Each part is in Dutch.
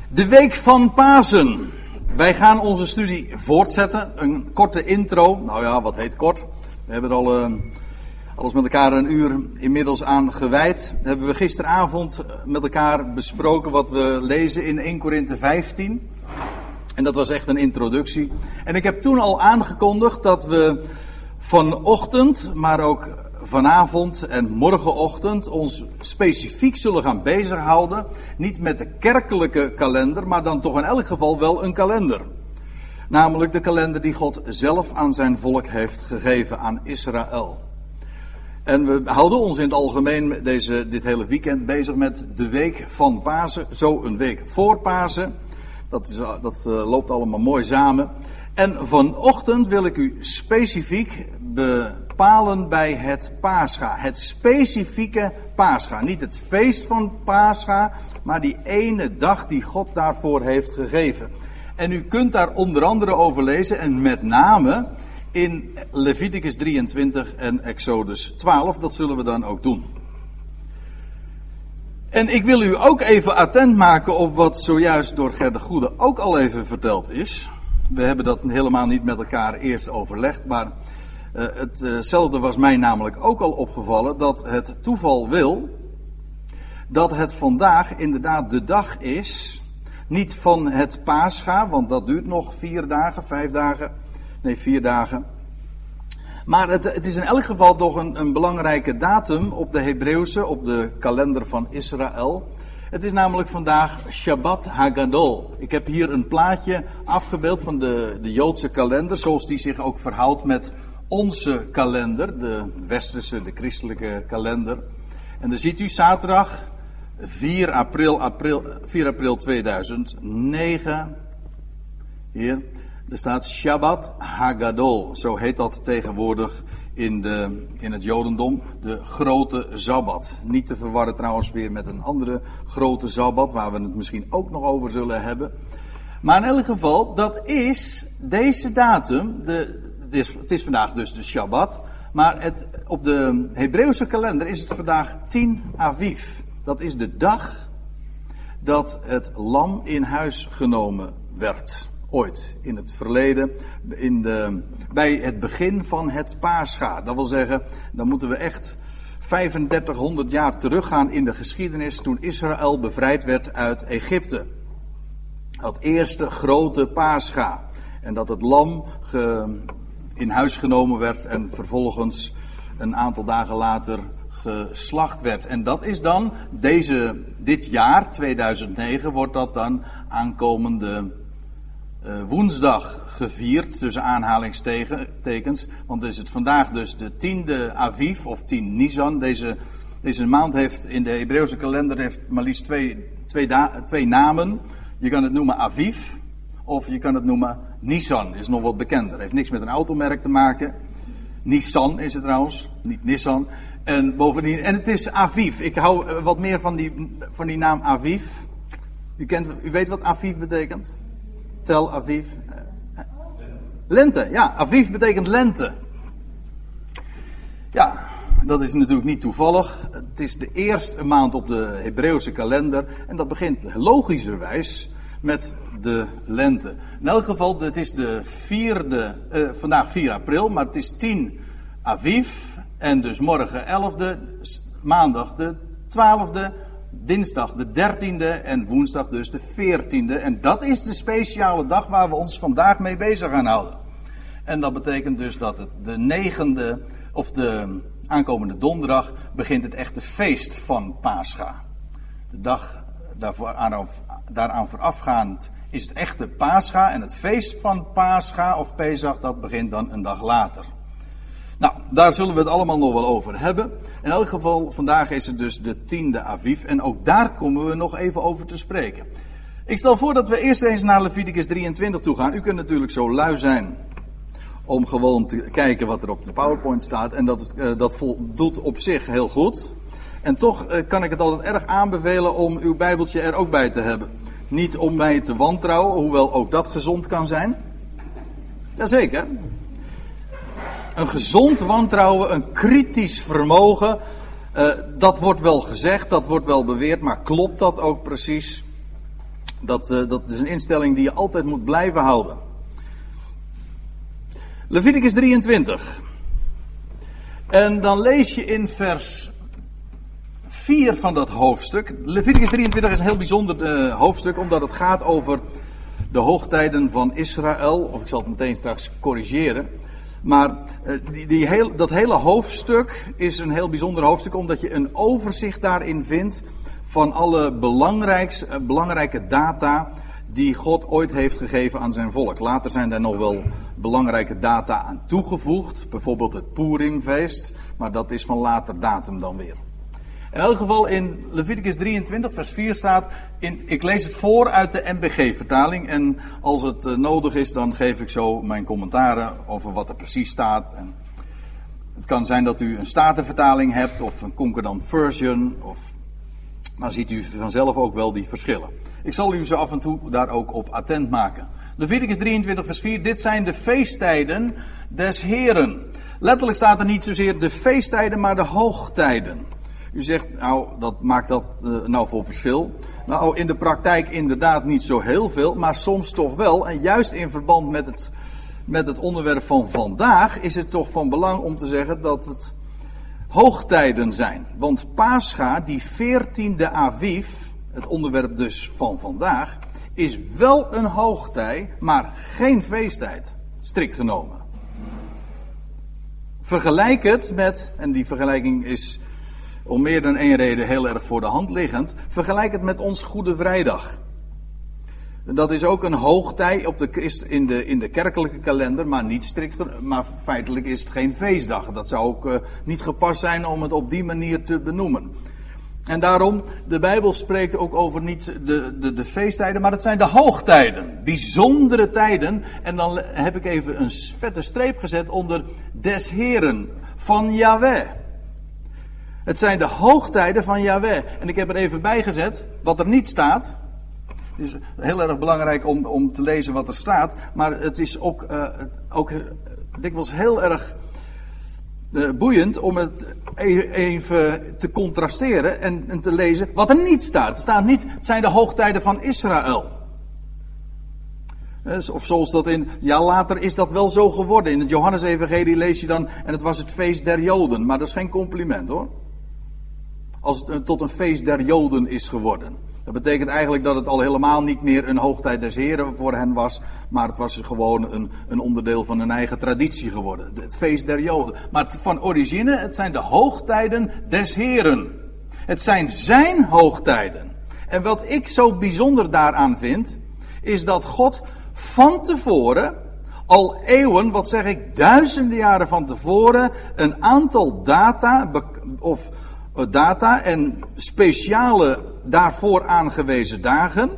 De week van Pasen. Wij gaan onze studie voortzetten. Een korte intro. Nou ja, wat heet kort? We hebben er al alles met elkaar een uur inmiddels aan gewijd. Hebben we gisteravond met elkaar besproken wat we lezen in 1 Korinthe 15. En dat was echt een introductie. En ik heb toen al aangekondigd dat we vanochtend, maar ook vanavond en morgenochtend ons specifiek zullen gaan bezighouden. Niet met de kerkelijke kalender, maar dan toch in elk geval wel een kalender. Namelijk de kalender die God zelf aan zijn volk heeft gegeven, aan Israël. En we houden ons in het algemeen dit hele weekend bezig met de week van Pasen. Zo een week voor Pasen. Dat loopt allemaal mooi samen. En vanochtend wil ik u specifiek bepalen bij het Pascha. Het specifieke Pascha. Niet het feest van Pascha, maar die ene dag die God daarvoor heeft gegeven. En u kunt daar onder andere over lezen en met name in Leviticus 23 en Exodus 12. Dat zullen we dan ook doen. En ik wil u ook even attent maken op wat zojuist door Ger de Goede ook al even verteld is. We hebben dat helemaal niet met elkaar eerst overlegd, maar hetzelfde was mij namelijk ook al opgevallen, dat het toeval wil dat het vandaag inderdaad de dag is, niet van het Pascha, want dat duurt nog 4 dagen. Maar het is in elk geval toch een belangrijke datum op de Hebreeuwse, op de kalender van Israël. Het is namelijk vandaag Shabbat Hagadol. Ik heb hier een plaatje afgebeeld van de Joodse kalender, zoals die zich ook verhoudt met onze kalender, de westerse, de christelijke kalender. En dan ziet u zaterdag 4 april 2009. Hier, er staat Shabbat Hagadol. Zo heet dat tegenwoordig in het Jodendom, de grote Sabbat. Niet te verwarren trouwens weer met een andere grote Sabbat, waar we het misschien ook nog over zullen hebben. Maar in elk geval, dat is deze datum, het is vandaag dus de Shabbat, maar op de Hebreeuwse kalender is het vandaag 10 Aviv. Dat is de dag dat het lam in huis genomen werd. Ooit, in het verleden, bij het begin van het Pascha. Dat wil zeggen, dan moeten we echt 3500 jaar teruggaan in de geschiedenis, toen Israël bevrijd werd uit Egypte. Dat eerste grote Pascha. En dat het lam in huis genomen werd en vervolgens een aantal dagen later geslacht werd. En dat is dan, dit jaar, 2009, wordt dat dan aankomende woensdag gevierd, tussen aanhalingstekens, want is het vandaag dus de 10e Aviv of 10 Nisan. Deze maand heeft in de Hebreeuwse kalender maar liefst twee namen. Je kan het noemen Aviv of je kan het noemen Nisan, is nog wat bekender. Heeft niks met een automerk te maken. Nissan is het trouwens, niet Nissan. En bovendien, en het is Aviv. Ik hou wat meer van die naam Aviv. U weet wat Aviv betekent? Tel Aviv. Lente, ja. Aviv betekent lente. Ja, dat is natuurlijk niet toevallig. Het is de eerste maand op de Hebreeuwse kalender. En dat begint logischerwijs met de lente. In elk geval, het is vandaag 4 april, maar het is 10 Aviv. En dus morgen 11e, maandag de 12e. Dinsdag de 13e en woensdag dus de 14e. En dat is de speciale dag waar we ons vandaag mee bezig gaan houden. En dat betekent dus dat het de 9e of de aankomende donderdag begint het echte feest van Pascha. De dag daaraan voorafgaand is het echte Pascha. En het feest van Pascha of Pesach, dat begint dan een dag later. Nou, daar zullen we het allemaal nog wel over hebben. In elk geval, vandaag is het dus de 10e Aviv. En ook daar komen we nog even over te spreken. Ik stel voor dat we eerst eens naar Leviticus 23 toe gaan. U kunt natuurlijk zo lui zijn om gewoon te kijken wat er op de PowerPoint staat. En dat voldoet op zich heel goed. En toch kan ik het altijd erg aanbevelen om uw Bijbeltje er ook bij te hebben. Niet om mij te wantrouwen, hoewel ook dat gezond kan zijn. Jazeker. Een gezond wantrouwen, een kritisch vermogen, dat wordt wel gezegd, dat wordt wel beweerd, maar klopt dat ook precies? Dat is een instelling die je altijd moet blijven houden. Leviticus 23. En dan lees je in vers 4 van dat hoofdstuk. Leviticus 23 is een heel bijzonder hoofdstuk, omdat het gaat over de hoogtijden van Israël. Of ik zal het meteen straks corrigeren. Maar dat hele hoofdstuk is een heel bijzonder hoofdstuk, omdat je een overzicht daarin vindt van alle belangrijke data die God ooit heeft gegeven aan zijn volk. Later zijn er nog wel belangrijke data aan toegevoegd. Bijvoorbeeld het Purimfeest. Maar dat is van later datum dan weer. In elk geval in Leviticus 23 vers 4 staat... ik lees het voor uit de NBG-vertaling. En als het nodig is, dan geef ik zo mijn commentaren over wat er precies staat. En het kan zijn dat u een Statenvertaling hebt of een Concordant Version. Dan ziet u vanzelf ook wel die verschillen. Ik zal u zo af en toe daar ook op attent maken. Leviticus 23 vers 4. Dit zijn de feesttijden des Heren. Letterlijk staat er niet zozeer de feesttijden, maar de hoogtijden. U zegt, nou, dat maakt dat nou voor verschil? Nou, in de praktijk inderdaad niet zo heel veel, maar soms toch wel. En juist in verband met het onderwerp van vandaag is het toch van belang om te zeggen dat het hoogtijden zijn. Want Pascha, die 14e Aviv, het onderwerp dus van vandaag, is wel een hoogtij, maar geen feesttijd, strikt genomen. Vergelijk het met, en die vergelijking is om meer dan één reden heel erg voor de hand liggend, vergelijk het met ons Goede Vrijdag. Dat is ook een hoogtij in de kerkelijke kalender, maar niet strikt, maar feitelijk is het geen feestdag. Dat zou ook niet gepast zijn om het op die manier te benoemen. En daarom, de Bijbel spreekt ook over niet de feesttijden, maar het zijn de hoogtijden. Bijzondere tijden. En dan heb ik even een vette streep gezet onder des Heren, van Yahweh. Het zijn de hoogtijden van Yahweh. En ik heb er even bij gezet wat er niet staat. Het is heel erg belangrijk om te lezen wat er staat. Maar het is ook dikwijls heel erg boeiend om het even te contrasteren en te lezen wat er niet staat. Het staat niet, het zijn de hoogtijden van Israël. Of zoals dat later is dat wel zo geworden. In het Johannesevangelie lees je dan, en het was het feest der Joden. Maar dat is geen compliment hoor. Als het tot een feest der Joden is geworden. Dat betekent eigenlijk dat het al helemaal niet meer een hoogtijd des Heren voor hen was. Maar het was gewoon een onderdeel van hun eigen traditie geworden. Het feest der Joden. Maar van origine, het zijn de hoogtijden des Heren. Het zijn zijn hoogtijden. En wat ik zo bijzonder daaraan vind, is dat God van tevoren, al eeuwen, wat zeg ik, duizenden jaren van tevoren, een aantal data en speciale daarvoor aangewezen dagen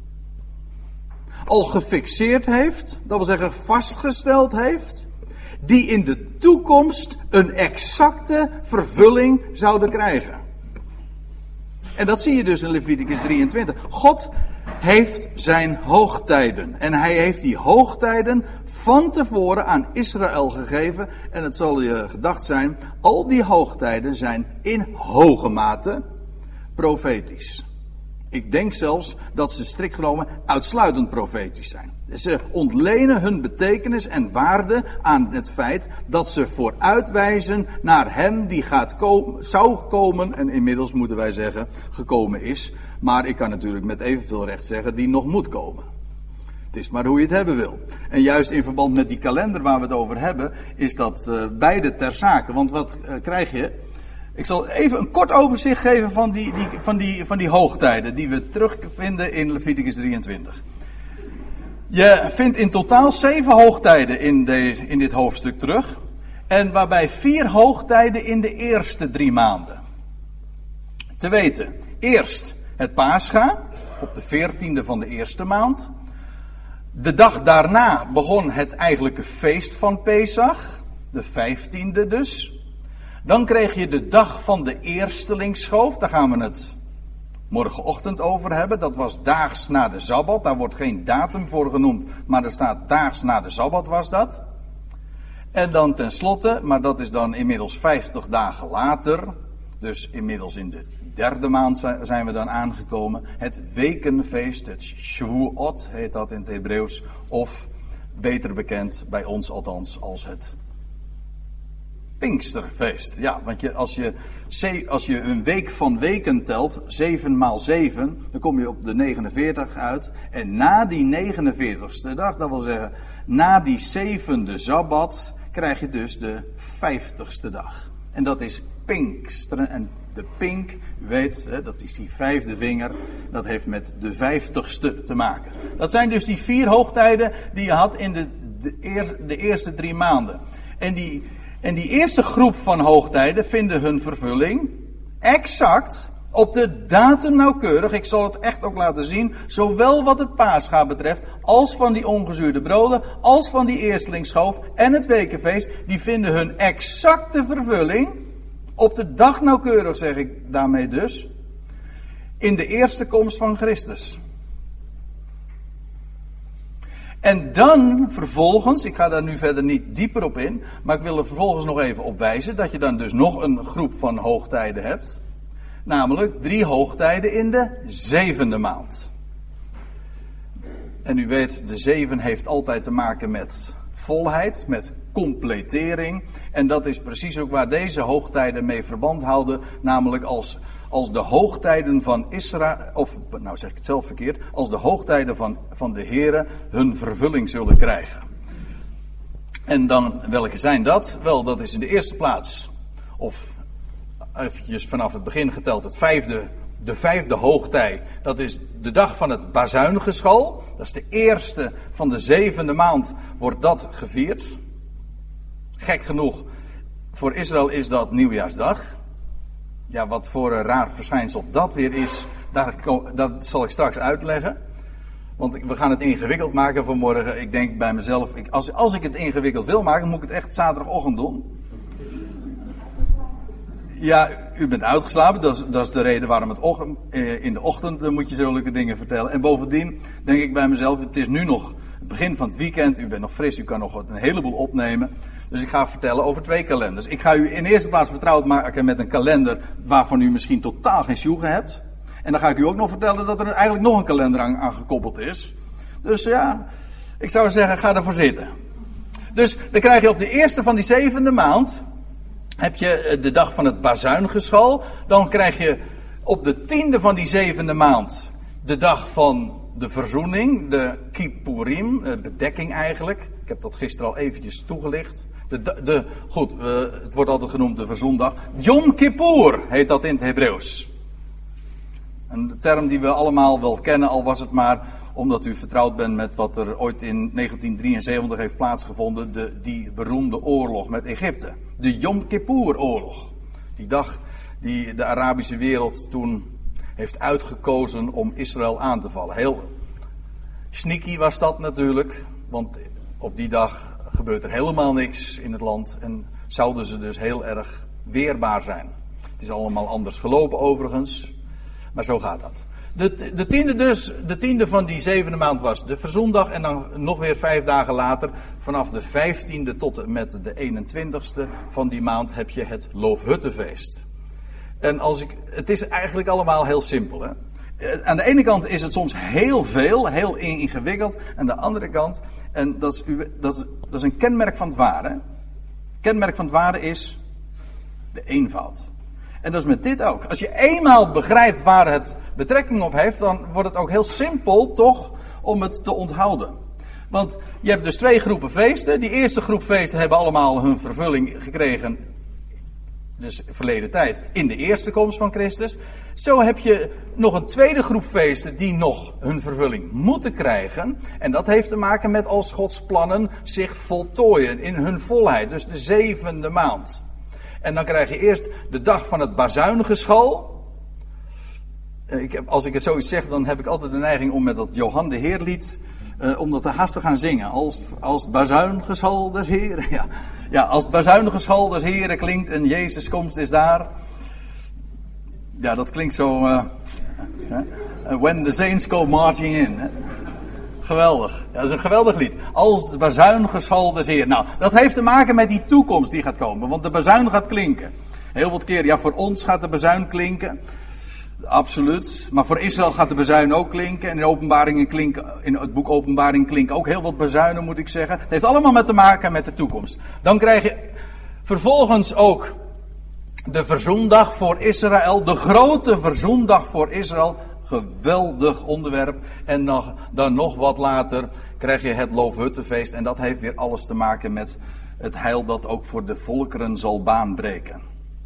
al gefixeerd heeft, dat wil zeggen vastgesteld heeft, die in de toekomst een exacte vervulling zouden krijgen. En dat zie je dus in Leviticus 23. God heeft zijn hoogtijden. En hij heeft die hoogtijden van tevoren aan Israël gegeven. En het zal je gedacht zijn, al die hoogtijden zijn in hoge mate profetisch. Ik denk zelfs dat ze strikt genomen uitsluitend profetisch zijn. Ze ontlenen hun betekenis en waarde aan het feit dat ze vooruitwijzen naar hem die zou komen, en inmiddels moeten wij zeggen gekomen is. Maar ik kan natuurlijk met evenveel recht zeggen die nog moet komen. Het is maar hoe je het hebben wil. En juist in verband met die kalender waar we het over hebben, is dat beide ter zake. Want wat krijg je? Ik zal even een kort overzicht geven van die hoogtijden die we terugvinden in Leviticus 23. Je vindt in totaal 7 hoogtijden in dit hoofdstuk terug. En waarbij 4 hoogtijden in de eerste 3 maanden. Te weten, eerst het Pascha, op de 14e van de eerste maand. De dag daarna begon het eigenlijke feest van Pesach, de 15e dus. Dan kreeg je de dag van de eerstelingsschoof, daar gaan we het morgenochtend over hebben. Dat was daags na de Sabbat, daar wordt geen datum voor genoemd, maar er staat daags na de Sabbat was dat. En dan tenslotte, maar dat is dan inmiddels 50 dagen later, Dus inmiddels in de 3e maand zijn we dan aangekomen. Het wekenfeest, het Shavuot heet dat in het Hebreeuws. Of beter bekend, bij ons althans, als het Pinksterfeest. Ja, want als je een week van weken telt, 7 maal 7, dan kom je op de 49 uit. En na die 49ste dag, dat wil zeggen, na die 7e Sabbat, krijg je dus de 50ste dag. En dat is Pinksteren. En de pink, u weet, dat is die 5e vinger, dat heeft met de 50ste te maken. Dat zijn dus die 4 hoogtijden die je had in de eerste 3 maanden. En die eerste groep van hoogtijden vinden hun vervulling exact op de datum nauwkeurig. Ik zal het echt ook laten zien. Zowel wat het Paascha betreft, als van die ongezuurde broden, als van die eerstelingsschoof en het wekenfeest. Die vinden hun exacte vervulling op de dag nauwkeurig, zeg ik daarmee dus, in de eerste komst van Christus. En dan vervolgens, ik ga daar nu verder niet dieper op in, maar ik wil er vervolgens nog even op wijzen dat je dan dus nog een groep van hoogtijden hebt. Namelijk 3 hoogtijden in de 7e maand. En u weet, de 7 heeft altijd te maken met volheid, met completering. En dat is precies ook waar deze hoogtijden mee verband houden. Namelijk als de hoogtijden van Israël, of nou zeg ik het zelf verkeerd, als de hoogtijden van de Here hun vervulling zullen krijgen. En dan, welke zijn dat? Wel, dat is in de eerste plaats, of eventjes vanaf het begin geteld, de 5e hoogtij. Dat is de dag van het bazuingeschal. Dat is de eerste van de 7e maand, wordt dat gevierd. Gek genoeg, voor Israël is dat nieuwjaarsdag. Ja, wat voor een raar verschijnsel dat weer is, dat zal ik straks uitleggen. Want we gaan het ingewikkeld maken vanmorgen. Ik denk bij mezelf, als ik het ingewikkeld wil maken, moet ik het echt zaterdagochtend doen. Ja, u bent uitgeslapen, dat is de reden waarom in de ochtend moet je zulke dingen vertellen. En bovendien denk ik bij mezelf, het is nu nog het begin van het weekend, u bent nog fris, u kan nog een heleboel opnemen. Dus ik ga vertellen over 2 kalenders. Ik ga u in eerste plaats vertrouwd maken met een kalender waarvan u misschien totaal geen sjoegen hebt. En dan ga ik u ook nog vertellen dat er eigenlijk nog een kalender aan gekoppeld is. Dus ja, ik zou zeggen, ga ervoor zitten. Dus dan krijg je op de eerste van die 7e maand, heb je de dag van het bazuingeschal. Dan krijg je op de 10e van die 7e maand de dag van de verzoening, de Kippurim, bedekking eigenlijk. Ik heb dat gisteren al eventjes toegelicht. Het wordt altijd genoemd de verzondag. Yom Kippur heet dat in het Hebreeuws. Een term die we allemaal wel kennen, al was het maar omdat u vertrouwd bent met wat er ooit in 1973 heeft plaatsgevonden. Die beroemde oorlog met Egypte. De Yom Kippur oorlog. Die dag die de Arabische wereld toen heeft uitgekozen om Israël aan te vallen. Heel sneaky was dat natuurlijk, want op die dag gebeurt er helemaal niks in het land en zouden ze dus heel erg weerbaar zijn. Het is allemaal anders gelopen overigens, maar zo gaat dat. De tiende van die 7e maand was de verzondag en dan nog weer 5 dagen later, vanaf de 15e tot en met de 21ste van die maand heb je het Loofhuttenfeest. En het is eigenlijk allemaal heel simpel, hè. Aan de ene kant is het soms heel veel, heel ingewikkeld. Aan de andere kant, en dat is een kenmerk van het ware. Het kenmerk van het ware is de eenvoud. En dat is met dit ook. Als je eenmaal begrijpt waar het betrekking op heeft, dan wordt het ook heel simpel toch om het te onthouden. Want je hebt dus 2 groepen feesten. Die eerste groep feesten hebben allemaal hun vervulling gekregen, dus verleden tijd, in de eerste komst van Christus. Zo heb je nog een tweede groep feesten die nog hun vervulling moeten krijgen. En dat heeft te maken met als Gods plannen zich voltooien in hun volheid. Dus de 7e maand. En dan krijg je eerst de dag van het bazuingeschal. Als ik het zoiets zeg, dan heb ik altijd de neiging om met dat Johan de Heerlied, om dat te haast te gaan zingen. Als het bazuingeschal des Heren. Ja, als het bazuingeschal des Heren klinkt en Jezus komst is daar. Ja, dat klinkt zo. When the saints go marching in. Hè? Geweldig. Ja, dat is een geweldig lied. Als het bazuingeschal des Heren. Nou, dat heeft te maken met die toekomst die gaat komen. Want de bazuin gaat klinken. Heel wat keer, ja, voor ons gaat de bazuin klinken. Absoluut. Maar voor Israël gaat de bazuin ook klinken. En in het boek Openbaring klinken ook heel wat bazuinen, moet ik zeggen. Het heeft allemaal te maken met de toekomst. Dan krijg je vervolgens ook de verzoendag voor Israël. De grote verzoendag voor Israël. Geweldig onderwerp. En dan nog wat later krijg je het Loofhuttenfeest. En dat heeft weer alles te maken met het heil dat ook voor de volkeren zal baanbreken.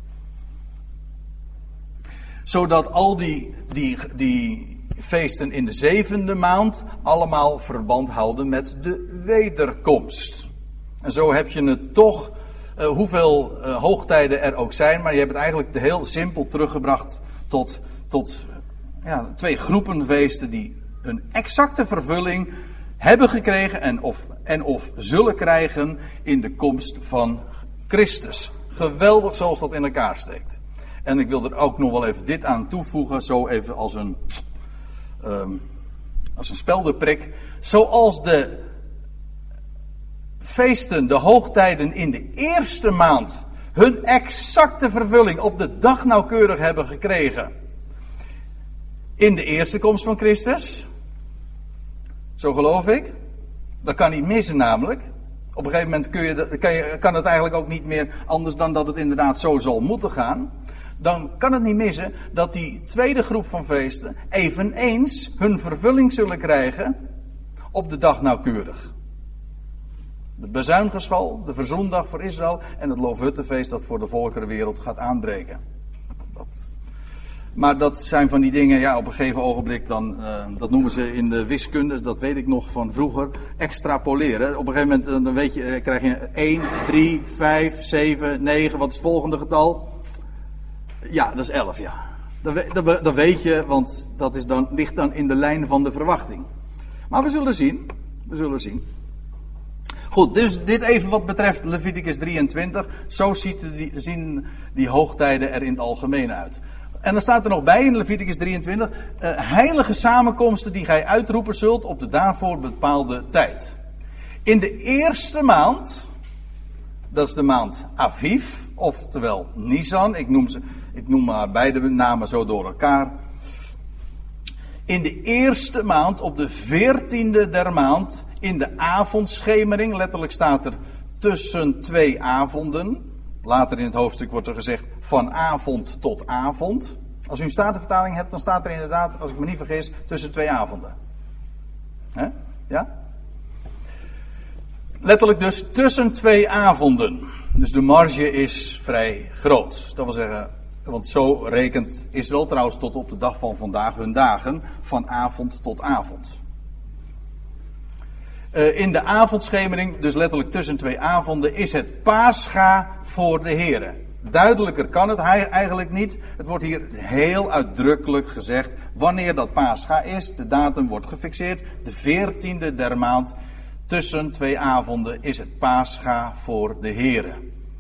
Zodat al die feesten in de 7e maand allemaal verband houden met de wederkomst. En zo heb je het toch, hoeveel hoogtijden er ook zijn, maar je hebt het eigenlijk heel simpel teruggebracht tot 2 groepen feesten die een exacte vervulling hebben gekregen en of zullen krijgen in de komst van Christus. Geweldig zoals dat in elkaar steekt. En ik wil er ook nog wel even dit aan toevoegen, zo even als een speldenprik. Zoals de feesten, de hoogtijden in de eerste maand hun exacte vervulling op de dag nauwkeurig hebben gekregen in de eerste komst van Christus. Zo geloof ik. Dat kan niet missen namelijk. Op een gegeven moment kan het eigenlijk ook niet meer anders dan dat het inderdaad zo zal moeten gaan. Dan kan het niet missen dat die tweede groep van feesten eveneens hun vervulling zullen krijgen op de dag nauwkeurig. De bazuingeschal, de verzoendag voor Israël en het Loofhuttenfeest dat voor de volkerenwereld gaat aanbreken. Maar dat zijn van die dingen, ja, op een gegeven ogenblik dan, dat noemen ze in de wiskunde, dat weet ik nog van vroeger, extrapoleren. Op een gegeven moment dan weet je, krijg je 1, 3, 5, 7, 9, wat is het volgende getal? Ja, dat is 11, ja. Dat weet je, want dat ligt dan in de lijn van de verwachting. Maar we zullen zien. Goed, dus dit even wat betreft Leviticus 23. Zo zien die hoogtijden er in het algemeen uit. En dan staat er nog bij in Leviticus 23... heilige samenkomsten die gij uitroepen zult op de daarvoor bepaalde tijd. In de eerste maand, dat is de maand Aviv, oftewel Nisan. Ik noem maar beide namen zo door elkaar. In de eerste maand, op de 14e der maand, in de avondschemering, letterlijk staat er tussen 2 avonden. Later in het hoofdstuk wordt er gezegd van avond tot avond. Als u een Statenvertaling hebt, dan staat er inderdaad, als ik me niet vergis, tussen 2 avonden. Hè? Ja? Letterlijk dus tussen 2 avonden. Dus de marge is vrij groot. Dat wil zeggen, want zo rekent Israël trouwens tot op de dag van vandaag hun dagen, van avond tot avond. In de avondschemering, dus letterlijk tussen 2 avonden, is het Pascha voor de Here. Duidelijker kan het eigenlijk niet. Het wordt hier heel uitdrukkelijk gezegd wanneer dat Pascha is. De datum wordt gefixeerd. De 14e der maand, tussen 2 avonden, is het Pascha voor de Here.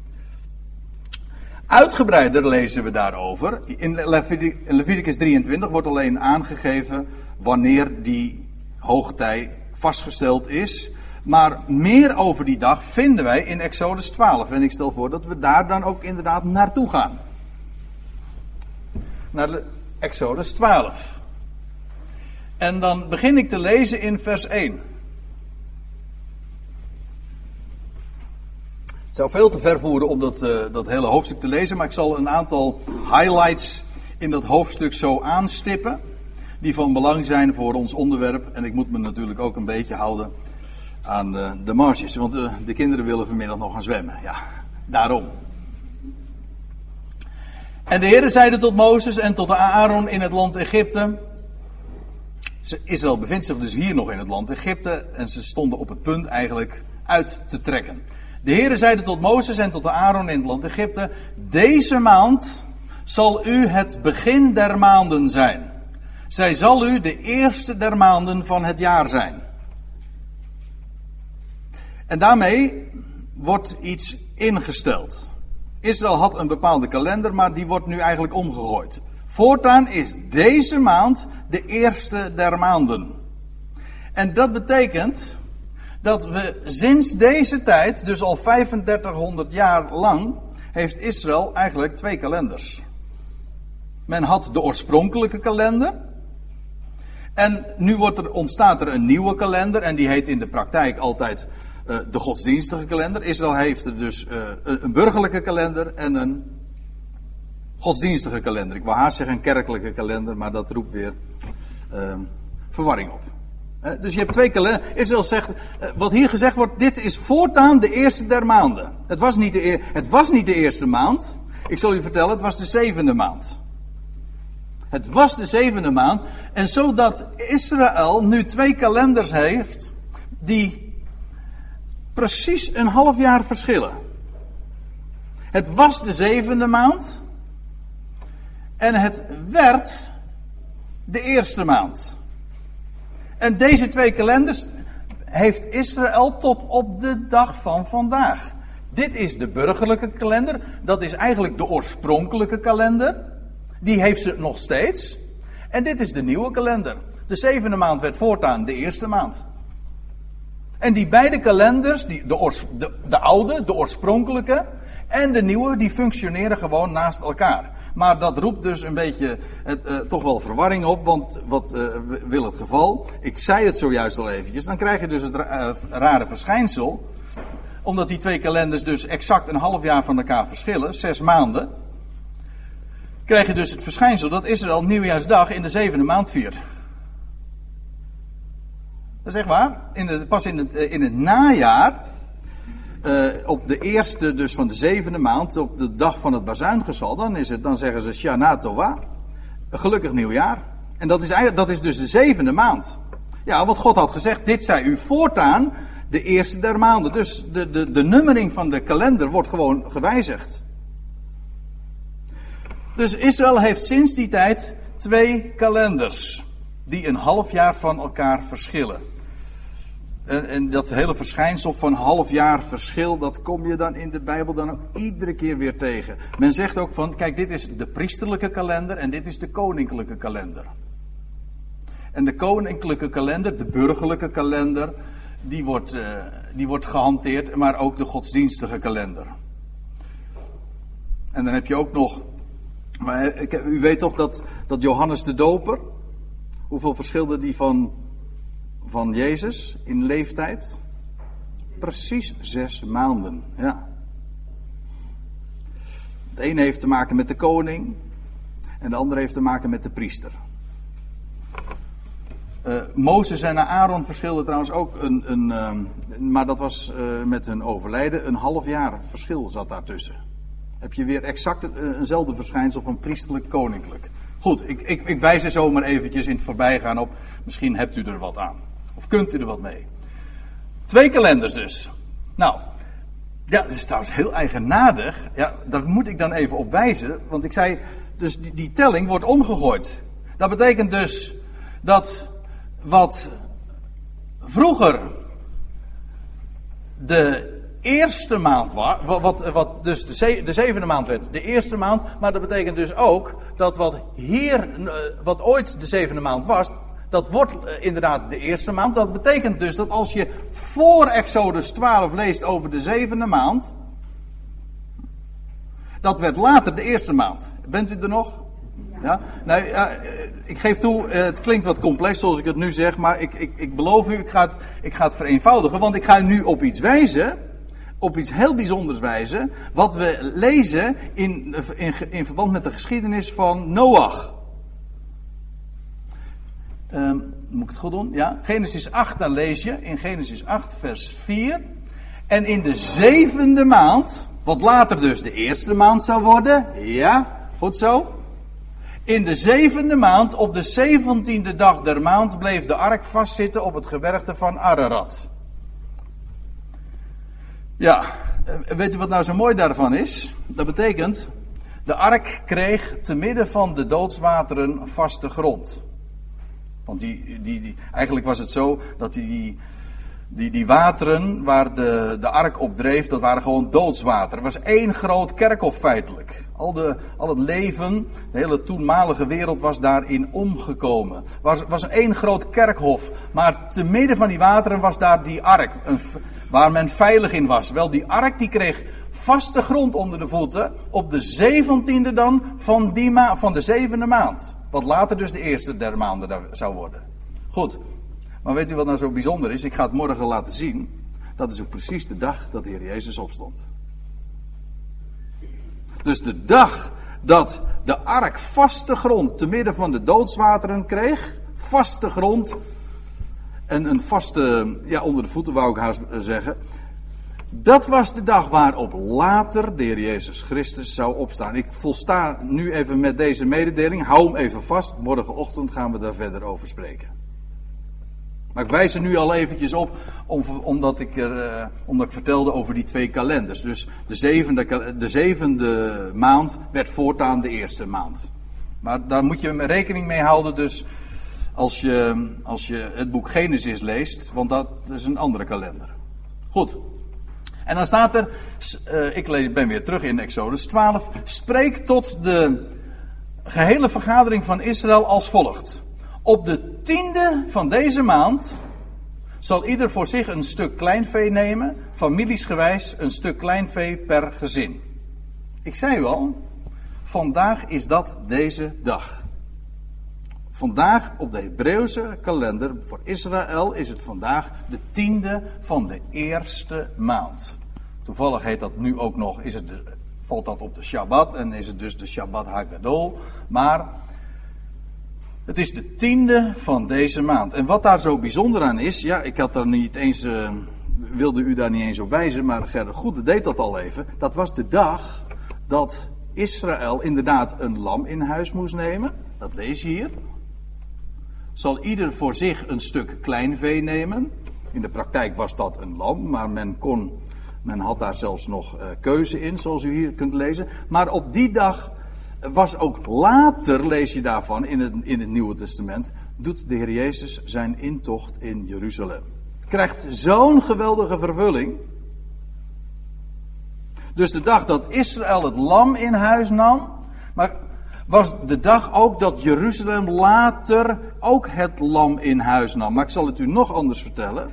Uitgebreider lezen we daarover. In Leviticus 23 wordt alleen aangegeven wanneer die hoogtij vastgesteld is. Maar meer over die dag vinden wij in Exodus 12. En ik stel voor dat we daar dan ook inderdaad naartoe gaan. Naar Exodus 12. En dan begin ik te lezen in vers 1. Het zou veel te ver voeren om dat hele hoofdstuk te lezen, maar ik zal een aantal highlights in dat hoofdstuk zo aanstippen, die van belang zijn voor ons onderwerp. En ik moet me natuurlijk ook een beetje houden aan de marges, want de kinderen willen vanmiddag nog gaan zwemmen. Ja, daarom. En de Heere zeide tot Mozes en tot Aaron in het land Egypte. Israël bevindt zich dus hier nog in het land Egypte en ze stonden op het punt eigenlijk uit te trekken. De Heere zeide tot Mozes en tot Aaron in het land Egypte: deze maand zal u het begin der maanden zijn. Zij zal u de eerste der maanden van het jaar zijn. En daarmee wordt iets ingesteld. Israël had een bepaalde kalender, maar die wordt nu eigenlijk omgegooid. Voortaan is deze maand de eerste der maanden. En dat betekent dat we sinds deze tijd, dus al 3500 jaar lang, heeft Israël eigenlijk 2 kalenders. Men had de oorspronkelijke kalender. En nu ontstaat er een nieuwe kalender. En die heet in de praktijk altijd de godsdienstige kalender. Israël heeft er dus een burgerlijke kalender en een godsdienstige kalender. Ik wou haast zeggen een kerkelijke kalender, maar dat roept weer verwarring op. Dus je hebt 2 kalenders. Israël zegt, wat hier gezegd wordt, dit is voortaan de eerste der maanden. Het was niet de eerste maand. Ik zal u vertellen, het was de 7e maand. Het was de 7e maand. En zodat Israël nu 2 kalenders heeft die precies een half jaar verschillen. Het was de 7e maand. En het werd de eerste maand. En deze 2 kalenders heeft Israël tot op de dag van vandaag. Dit is de burgerlijke kalender. Dat is eigenlijk de oorspronkelijke kalender. Die heeft ze nog steeds. En dit is de nieuwe kalender. De 7e maand werd voortaan de eerste maand. En die beide kalenders, de oude, de oorspronkelijke en de nieuwe, die functioneren gewoon naast elkaar. Maar dat roept dus een beetje toch wel verwarring op, want wat wil het geval? Ik zei het zojuist al eventjes, dan krijg je dus het rare verschijnsel, omdat die 2 kalenders dus exact een half jaar van elkaar verschillen, 6 maanden, krijg je dus het verschijnsel dat Israël nieuwjaarsdag in de 7e maand viert. Dat is echt waar. Pas in het najaar, op de eerste dus van de 7e maand, op de dag van het bazuingezal, dan zeggen ze Shana Tova, een gelukkig nieuwjaar. En dat is dus de 7e maand. Ja, wat God had gezegd, dit zij u voortaan de eerste der maanden. Dus de nummering van de kalender wordt gewoon gewijzigd. Dus Israël heeft sinds die tijd 2 kalenders die een half jaar van elkaar verschillen. En dat hele verschijnsel van half jaar verschil, dat kom je dan in de Bijbel dan ook iedere keer weer tegen. Men zegt ook van, kijk, dit is de priesterlijke kalender en dit is de koninklijke kalender. En de koninklijke kalender, de burgerlijke kalender, die wordt gehanteerd, maar ook de godsdienstige kalender. En dan heb je ook nog, maar u weet toch dat Johannes de Doper, hoeveel verschilde die van Jezus in leeftijd? Precies 6 maanden, ja. De ene heeft te maken met de koning en de andere heeft te maken met de priester. Mozes en Aaron verschilden trouwens ook maar dat was met hun overlijden, een half jaar verschil zat daartussen. Heb je weer exact eenzelfde verschijnsel van priesterlijk koninklijk. Goed, ik wijs er zomaar eventjes in het voorbijgaan op. Misschien hebt u er wat aan. Of kunt u er wat mee. 2 kalenders dus. Nou, ja, dat is trouwens heel eigenaardig. Ja, daar moet ik dan even op wijzen. Want ik zei, dus die telling wordt omgegooid. Dat betekent dus dat wat vroeger de eerste maand was, wat dus de 7e maand werd, de eerste maand, maar dat betekent dus ook dat wat ooit de 7e maand was, dat wordt inderdaad de eerste maand. Dat betekent dus dat als je voor Exodus 12 leest over de 7e maand, dat werd later de eerste maand. Bent u er nog? Ja? Nou, ik geef toe, het klinkt wat complex zoals ik het nu zeg, maar ik beloof u, ik ga het vereenvoudigen, want ik ga u nu op iets wijzen, op iets heel bijzonders wijzen, wat we lezen in verband met de geschiedenis van Noach. Moet ik het goed doen? Ja. Genesis 8, daar lees je, in Genesis 8 vers 4. En in de 7e maand, wat later dus de eerste maand zou worden, ja, goed zo. In de 7e maand, op de 17e dag der maand, bleef de ark vastzitten op het gebergte van Ararat. Ja, weet u wat nou zo mooi daarvan is? Dat betekent, de ark kreeg te midden van de doodswateren vaste grond. Want eigenlijk was het zo dat die wateren waar de ark op dreef, dat waren gewoon doodswater. Er was één groot kerkhof feitelijk. Al het leven, de hele toenmalige wereld was daarin omgekomen. Was één groot kerkhof. Maar te midden van die wateren was daar die ark, waar men veilig in was. Wel, die ark die kreeg vaste grond onder de voeten op de 17e dan van de zevende maand. Wat later dus de eerste der maanden zou worden. Goed, maar weet u wat nou zo bijzonder is? Ik ga het morgen laten zien. Dat is ook precies de dag dat de Heer Jezus opstond. Dus de dag dat de ark vaste grond te midden van de doodswateren kreeg. Vaste grond. En een vaste, onder de voeten wou ik haast zeggen. Dat was de dag waarop later de Heer Jezus Christus zou opstaan. Ik volsta nu even met deze mededeling. Hou hem even vast. Morgenochtend gaan we daar verder over spreken. Maar ik wijs er nu al eventjes op, omdat ik vertelde over die twee kalenders. Dus de zevende maand werd voortaan de eerste maand. Maar daar moet je rekening mee houden dus als je het boek Genesis leest, want dat is een andere kalender. Goed. En dan staat er, ik ben weer terug in Exodus 12, spreek tot de gehele vergadering van Israël als volgt. Op de 10e van deze maand zal ieder voor zich een stuk kleinvee nemen, familiesgewijs een stuk kleinvee per gezin. Ik zei u al, vandaag is dat deze dag. Vandaag op de Hebreeuwse kalender voor Israël is het vandaag de 10e van de eerste maand. Toevallig heet dat nu ook nog, valt dat op de Shabbat en is het dus de Shabbat Hagadol. Maar het is de 10e van deze maand. En wat daar zo bijzonder aan is, ik had daar niet eens, wilde u daar niet eens op wijzen, maar Gerrit Goede deed dat al even. Dat was de dag dat Israël inderdaad een lam in huis moest nemen. Dat lees je hier. Zal ieder voor zich een stuk kleinvee nemen. In de praktijk was dat een lam, maar men had daar zelfs nog keuze in, zoals u hier kunt lezen. Maar op die dag was ook later, lees je daarvan in het Nieuwe Testament, doet de Heer Jezus zijn intocht in Jeruzalem. Krijgt zo'n geweldige vervulling. Dus de dag dat Israël het lam in huis nam, maar was de dag ook dat Jeruzalem later ook het lam in huis nam. Maar ik zal het u nog anders vertellen.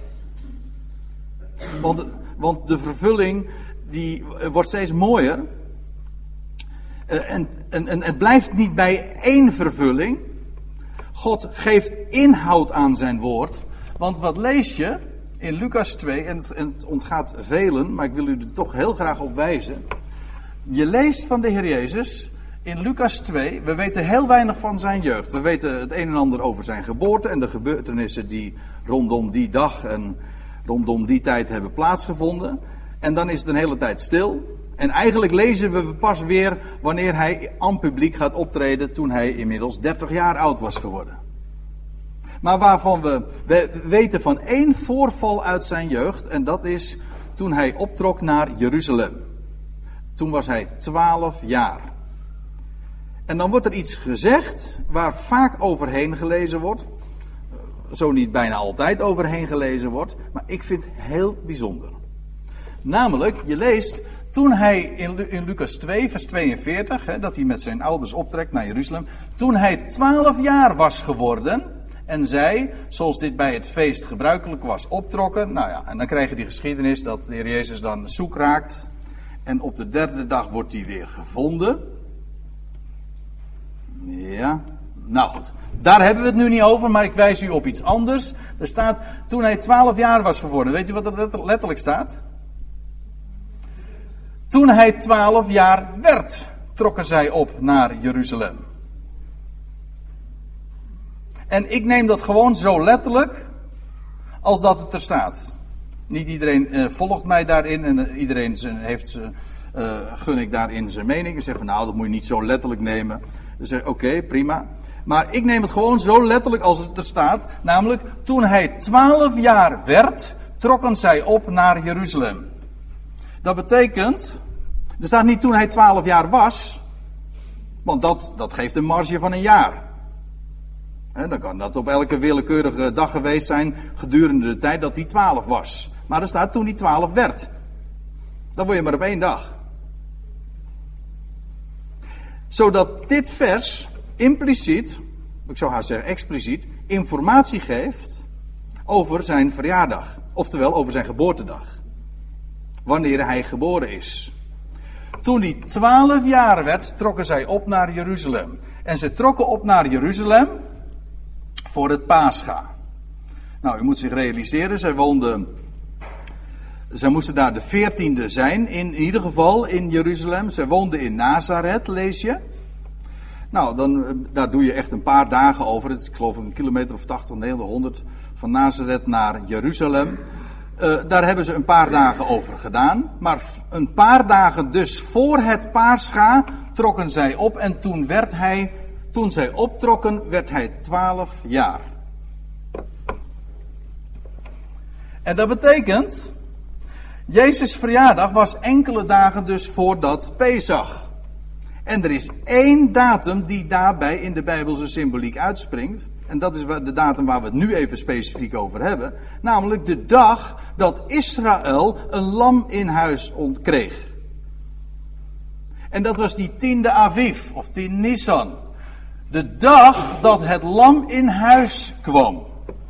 Want de vervulling die wordt steeds mooier. En het blijft niet bij één vervulling. God geeft inhoud aan zijn woord. Want wat lees je in Lucas 2, en het ontgaat velen, maar ik wil u er toch heel graag op wijzen. Je leest van de Heer Jezus in Lucas 2, we weten heel weinig van zijn jeugd. We weten het een en ander over zijn geboorte en de gebeurtenissen die rondom die dag en rondom die tijd hebben plaatsgevonden. En dan is het een hele tijd stil. En eigenlijk lezen we pas weer wanneer hij aan publiek gaat optreden toen hij inmiddels 30 jaar oud was geworden. Maar waarvan we weten van één voorval uit zijn jeugd, en dat is toen hij optrok naar Jeruzalem. Toen was hij 12 jaar. En dan wordt er iets gezegd waar vaak overheen gelezen wordt. Zo niet bijna altijd overheen gelezen wordt. Maar ik vind het heel bijzonder. Namelijk, je leest, toen hij in Lucas 2 vers 42, dat hij met zijn ouders optrekt naar Jeruzalem. Toen hij 12 jaar was geworden en zij, zoals dit bij het feest gebruikelijk was, optrokken. Nou ja, en dan krijg je die geschiedenis dat de Heer Jezus dan zoek raakt. En op de derde dag wordt hij weer gevonden. Ja, nou goed. Daar hebben we het nu niet over, maar ik wijs u op iets anders. Er staat, toen hij 12 jaar was geworden. Weet u wat er letterlijk staat? Toen hij 12 jaar werd, trokken zij op naar Jeruzalem. En ik neem dat gewoon zo letterlijk als dat het er staat. Niet iedereen volgt mij daarin en iedereen gun ik daarin zijn mening. En zegt van nou, dat moet je niet zo letterlijk nemen. Dan zeg ik oké, prima. Maar ik neem het gewoon zo letterlijk als het er staat. Namelijk, toen hij 12 jaar werd, trokken zij op naar Jeruzalem. Dat betekent, er staat niet toen hij 12 jaar was. Want dat geeft een marge van een jaar. Dan kan dat op elke willekeurige dag geweest zijn gedurende de tijd dat hij 12 was. Maar er staat toen hij 12 werd. Dan word je maar op 1 dag. Zodat dit vers impliciet, ik zou haast zeggen expliciet, informatie geeft over zijn verjaardag. Oftewel over zijn geboortedag. Wanneer hij geboren is. Toen hij 12 jaar werd, trokken zij op naar Jeruzalem. En ze trokken op naar Jeruzalem voor het Pascha. Nou, u moet zich realiseren, zij moesten daar de 14e zijn, in ieder geval in Jeruzalem. Zij woonden in Nazareth, lees je. Nou, daar doe je echt een paar dagen over. Het is, ik geloof een kilometer of 80, 90, 100 van Nazareth naar Jeruzalem. Daar hebben ze een paar dagen over gedaan. Maar een paar dagen dus voor het Pascha trokken zij op. En toen zij optrokken, werd hij 12 jaar. En dat betekent, Jezus' verjaardag was enkele dagen dus voordat Pesach. En er is één datum die daarbij in de Bijbelse symboliek uitspringt. En dat is de datum waar we het nu even specifiek over hebben. Namelijk de dag dat Israël een lam in huis ontkreeg. En dat was die 10e Aviv, of 10 Nisan. De dag dat het lam in huis kwam.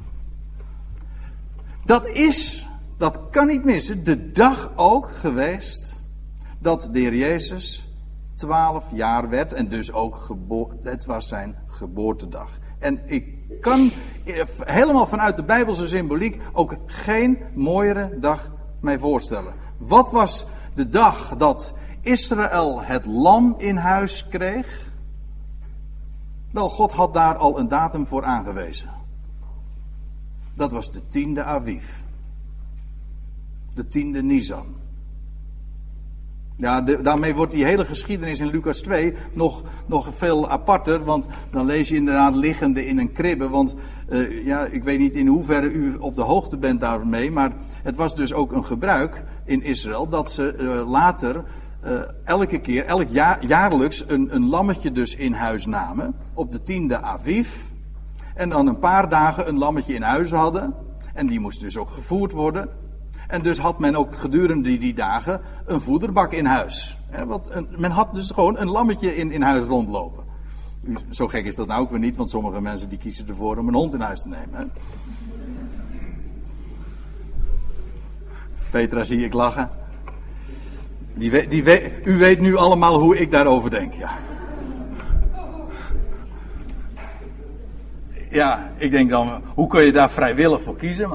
Dat kan niet missen, de dag ook geweest dat de Heer Jezus 12 jaar werd en dus ook het was zijn geboortedag. En ik kan helemaal vanuit de Bijbelse symboliek ook geen mooiere dag mij voorstellen. Wat was de dag dat Israël het lam in huis kreeg? Wel, God had daar al een datum voor aangewezen. Dat was de 10e Aviv. De 10e Nisan. Ja, daarmee wordt die hele geschiedenis in Lucas 2 nog veel aparter. Want dan lees je inderdaad liggende in een kribbe. Want ik weet niet in hoeverre u op de hoogte bent daarmee. Maar het was dus ook een gebruik in Israël dat ze later jaarlijks een lammetje dus in huis namen. Op de 10e Aviv. En dan een paar dagen een lammetje in huis hadden. En die moest dus ook gevoerd worden. En dus had men ook gedurende die dagen een voederbak in huis. Men had dus gewoon een lammetje in huis rondlopen. Zo gek is dat nou ook weer niet, want sommige mensen die kiezen ervoor om een hond in huis te nemen. Hè? Petra zie ik lachen. U weet nu allemaal hoe ik daarover denk, ja. Ja, ik denk dan, hoe kun je daar vrijwillig voor kiezen?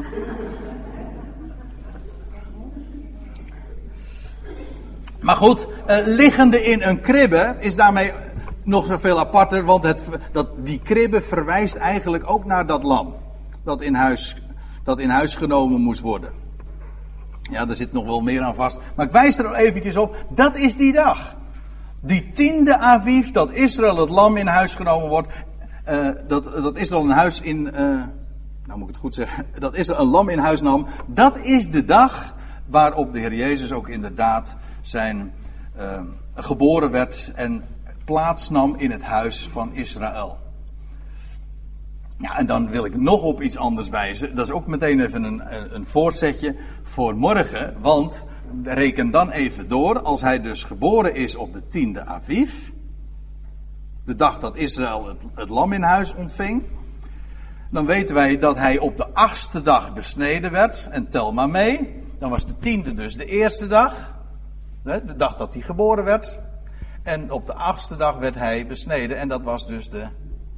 Maar goed, liggende in een kribbe is daarmee nog zoveel aparter, want die kribbe verwijst eigenlijk ook naar dat lam. Dat in huis genomen moest worden. Ja, daar zit nog wel meer aan vast. Maar ik wijs er eventjes op, dat is die dag. Die 10e Aviv, dat Israël het lam in huis genomen wordt. Dat Israël een huis in, nou moet ik het goed zeggen, dat Israël een lam in huis nam. Dat is de dag waarop de Heer Jezus ook inderdaad zijn geboren werd en plaats nam in het huis van Israël. Ja, en dan wil ik nog op iets anders wijzen. Dat is ook meteen even een voorzetje voor morgen. Want reken dan even door. Als hij dus geboren is op de 10e Aviv. De dag dat Israël het lam in huis ontving. Dan weten wij dat hij op de 8e dag besneden werd. En tel maar mee. Dan was de 10e dus de eerste dag. De dag dat hij geboren werd. En op de 8e dag werd hij besneden. En dat was dus de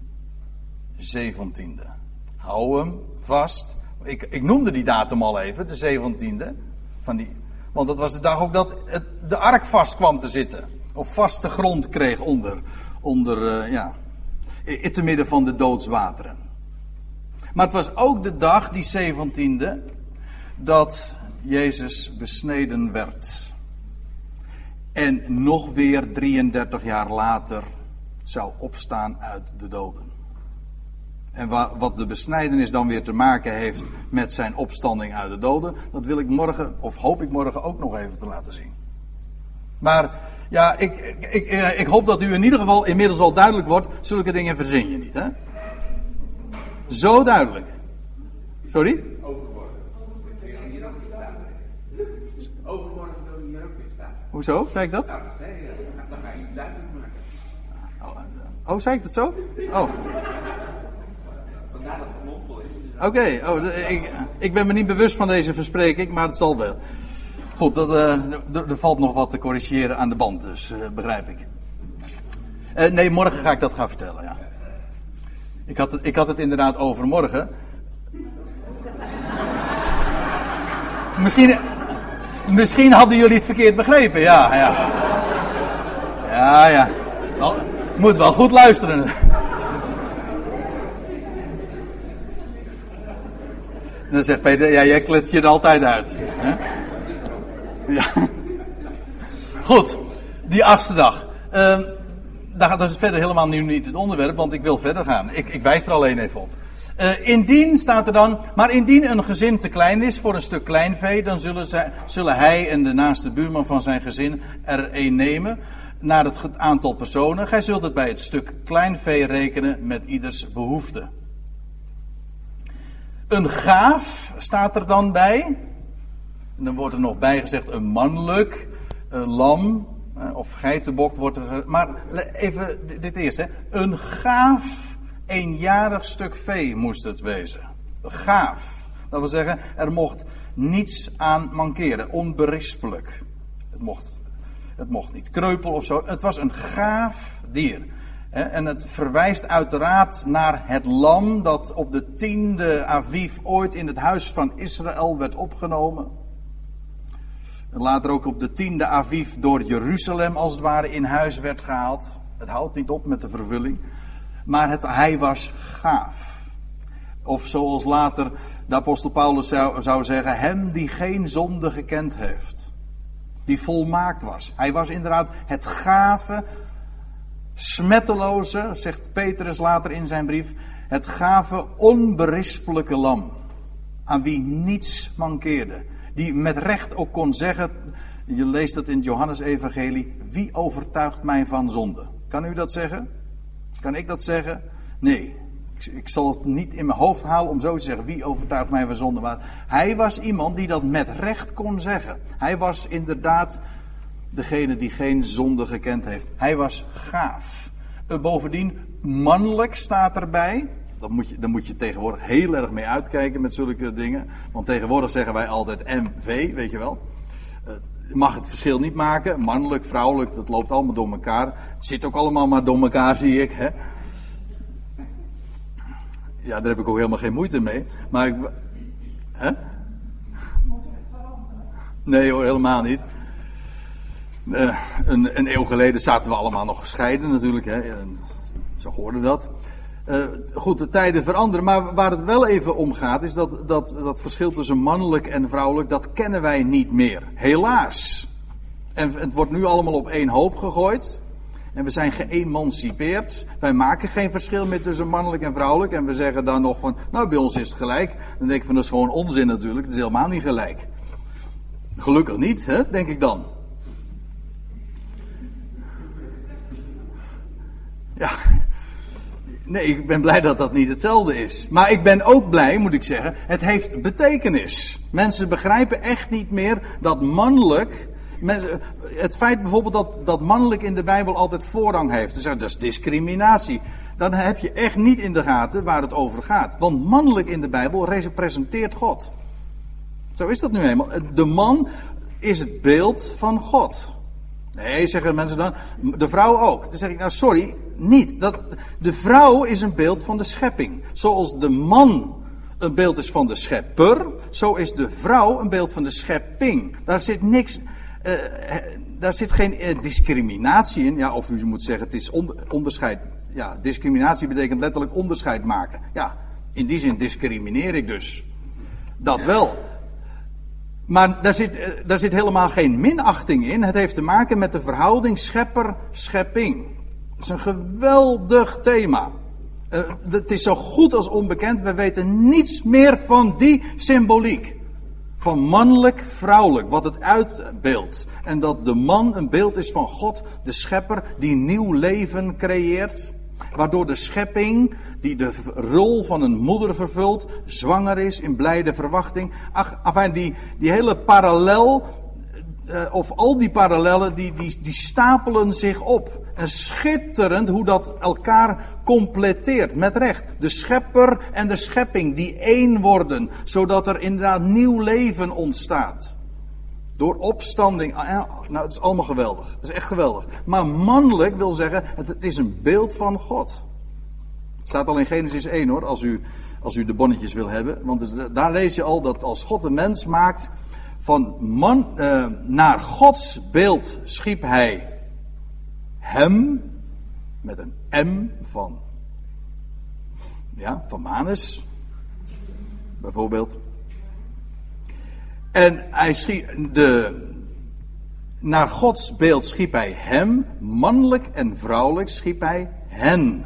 17e. Hou hem vast. Ik noemde die datum al even, de 17e. Want dat was de dag ook dat de ark vast kwam te zitten. Of vaste grond kreeg te midden van de doodswateren. Maar het was ook de dag, die 17e, dat Jezus besneden werd. En nog weer 33 jaar later zou opstaan uit de doden. En wat de besnijdenis dan weer te maken heeft met zijn opstanding uit de doden, dat wil ik morgen, of hoop ik morgen ook nog even te laten zien. Maar ja, ik hoop dat u in ieder geval inmiddels al duidelijk wordt, zulke dingen verzin je niet, hè? Zo duidelijk. Sorry? Overmorgen wil je hier ook weer staan. Hoezo? Zei ik dat? Nou, dan ga je het duidelijk maken. Oh, zei ik dat zo? Oh. Vandaar dat het mompel is. Oké, ik ben me niet bewust van deze verspreking, maar het zal wel. Goed, er valt nog wat te corrigeren aan de band, dus begrijp ik. Nee, morgen ga ik dat gaan vertellen, ja. Ik had het inderdaad over morgen. Misschien hadden jullie het verkeerd begrepen, ja. Ja. Nou, moet wel goed luisteren. Dan zegt Peter, ja, jij klets je er altijd uit. Hè? Ja. Goed, die 8e dag. Dat is verder helemaal nu niet het onderwerp, want ik wil verder gaan. Ik wijs er alleen even op. Indien staat er dan, maar indien een gezin te klein is voor een stuk kleinvee, dan zullen hij en de naaste buurman van zijn gezin er een nemen naar het aantal personen. Gij zult het bij het stuk kleinvee rekenen met ieders behoefte. Een gaaf staat er dan bij. En dan wordt er nog bij gezegd een mannelijk, een lam of geitenbok wordt er. Maar even dit eerst, hè. Een gaaf eenjarig stuk vee moest het wezen. Gaaf. Dat wil zeggen, er mocht niets aan mankeren. Onberispelijk. Het mocht niet kreupel of zo. Het was een gaaf dier. En het verwijst uiteraard naar het lam dat op de 10e Aviv ooit in het huis van Israël werd opgenomen. En later ook op de 10e Aviv door Jeruzalem als het ware in huis werd gehaald. Het houdt niet op met de vervulling. Maar hij was gaaf. Of zoals later de apostel Paulus zou zeggen, hem die geen zonde gekend heeft. Die volmaakt was. Hij was inderdaad het gave, smetteloze, zegt Petrus later in zijn brief, het gave, onberispelijke lam. Aan wie niets mankeerde. Die met recht ook kon zeggen, je leest dat in het Johannesevangelie, wie overtuigt mij van zonde? Kan u dat zeggen? Kan ik dat zeggen? Nee. Ik zal het niet in mijn hoofd halen om zo te zeggen, wie overtuigt mij van zonde? Maar hij was iemand die dat met recht kon zeggen. Hij was inderdaad degene die geen zonde gekend heeft. Hij was gaaf. Bovendien, mannelijk staat erbij. Daar moet je tegenwoordig heel erg mee uitkijken met zulke dingen. Want tegenwoordig zeggen wij altijd MV, weet je wel. Mag het verschil niet maken. Mannelijk, vrouwelijk, dat loopt allemaal door elkaar. Het zit ook allemaal maar door elkaar, zie ik. Hè? Ja, daar heb ik ook helemaal geen moeite mee. Maar hè? Nee hoor, helemaal niet. Een eeuw geleden zaten we allemaal nog gescheiden natuurlijk. Hè? Zo hoorde dat. Goed, de tijden veranderen. Maar waar het wel even om gaat, is dat verschil tussen mannelijk en vrouwelijk, dat kennen wij niet meer. Helaas. En het wordt nu allemaal op één hoop gegooid. En we zijn geëmancipeerd. Wij maken geen verschil meer tussen mannelijk en vrouwelijk. En we zeggen dan nog van, nou bij ons is het gelijk. Dan denk ik van, dat is gewoon onzin natuurlijk. Het is helemaal niet gelijk. Gelukkig niet, hè, denk ik dan. Ja. Nee, ik ben blij dat dat niet hetzelfde is. Maar ik ben ook blij, moet ik zeggen, het heeft betekenis. Mensen begrijpen echt niet meer dat mannelijk... Het feit bijvoorbeeld dat mannelijk in de Bijbel altijd voorrang heeft. Dus dat is discriminatie. Dan heb je echt niet in de gaten waar het over gaat. Want mannelijk in de Bijbel representeert God. Zo is dat nu eenmaal. De man is het beeld van God. Nee, zeggen mensen dan. De vrouw ook. Dan zeg ik, nou sorry, niet. De vrouw is een beeld van de schepping. Zoals de man een beeld is van de schepper, zo is de vrouw een beeld van de schepping. Daar zit niks... daar zit geen discriminatie in. Ja, of u moet zeggen, het is onderscheid. Ja, discriminatie betekent letterlijk onderscheid maken. Ja, in die zin discrimineer ik dus. Dat wel. Maar daar zit helemaal geen minachting in. Het heeft te maken met de verhouding schepper-schepping. Dat is een geweldig thema. Het is zo goed als onbekend. We weten niets meer van die symboliek. Van mannelijk, vrouwelijk, wat het uitbeeldt. En dat de man een beeld is van God, de schepper, die nieuw leven creëert. Waardoor de schepping, die de rol van een moeder vervult, zwanger is in blijde verwachting. Enfin, die hele parallel, of al die parallellen, die stapelen zich op. En schitterend hoe dat elkaar completeert, met recht. De schepper en de schepping die één worden, zodat er inderdaad nieuw leven ontstaat. Door opstanding. Nou, het is allemaal geweldig. Het is echt geweldig. Maar mannelijk wil zeggen, het is een beeld van God. Het staat al in Genesis 1 hoor, als u de bonnetjes wil hebben. Want daar lees je al dat als God de mens maakt, van man, naar Gods beeld schiep hij hem, met een M van Manus, bijvoorbeeld. En hij naar Gods beeld schiep hij hem, mannelijk en vrouwelijk schiep hij hen.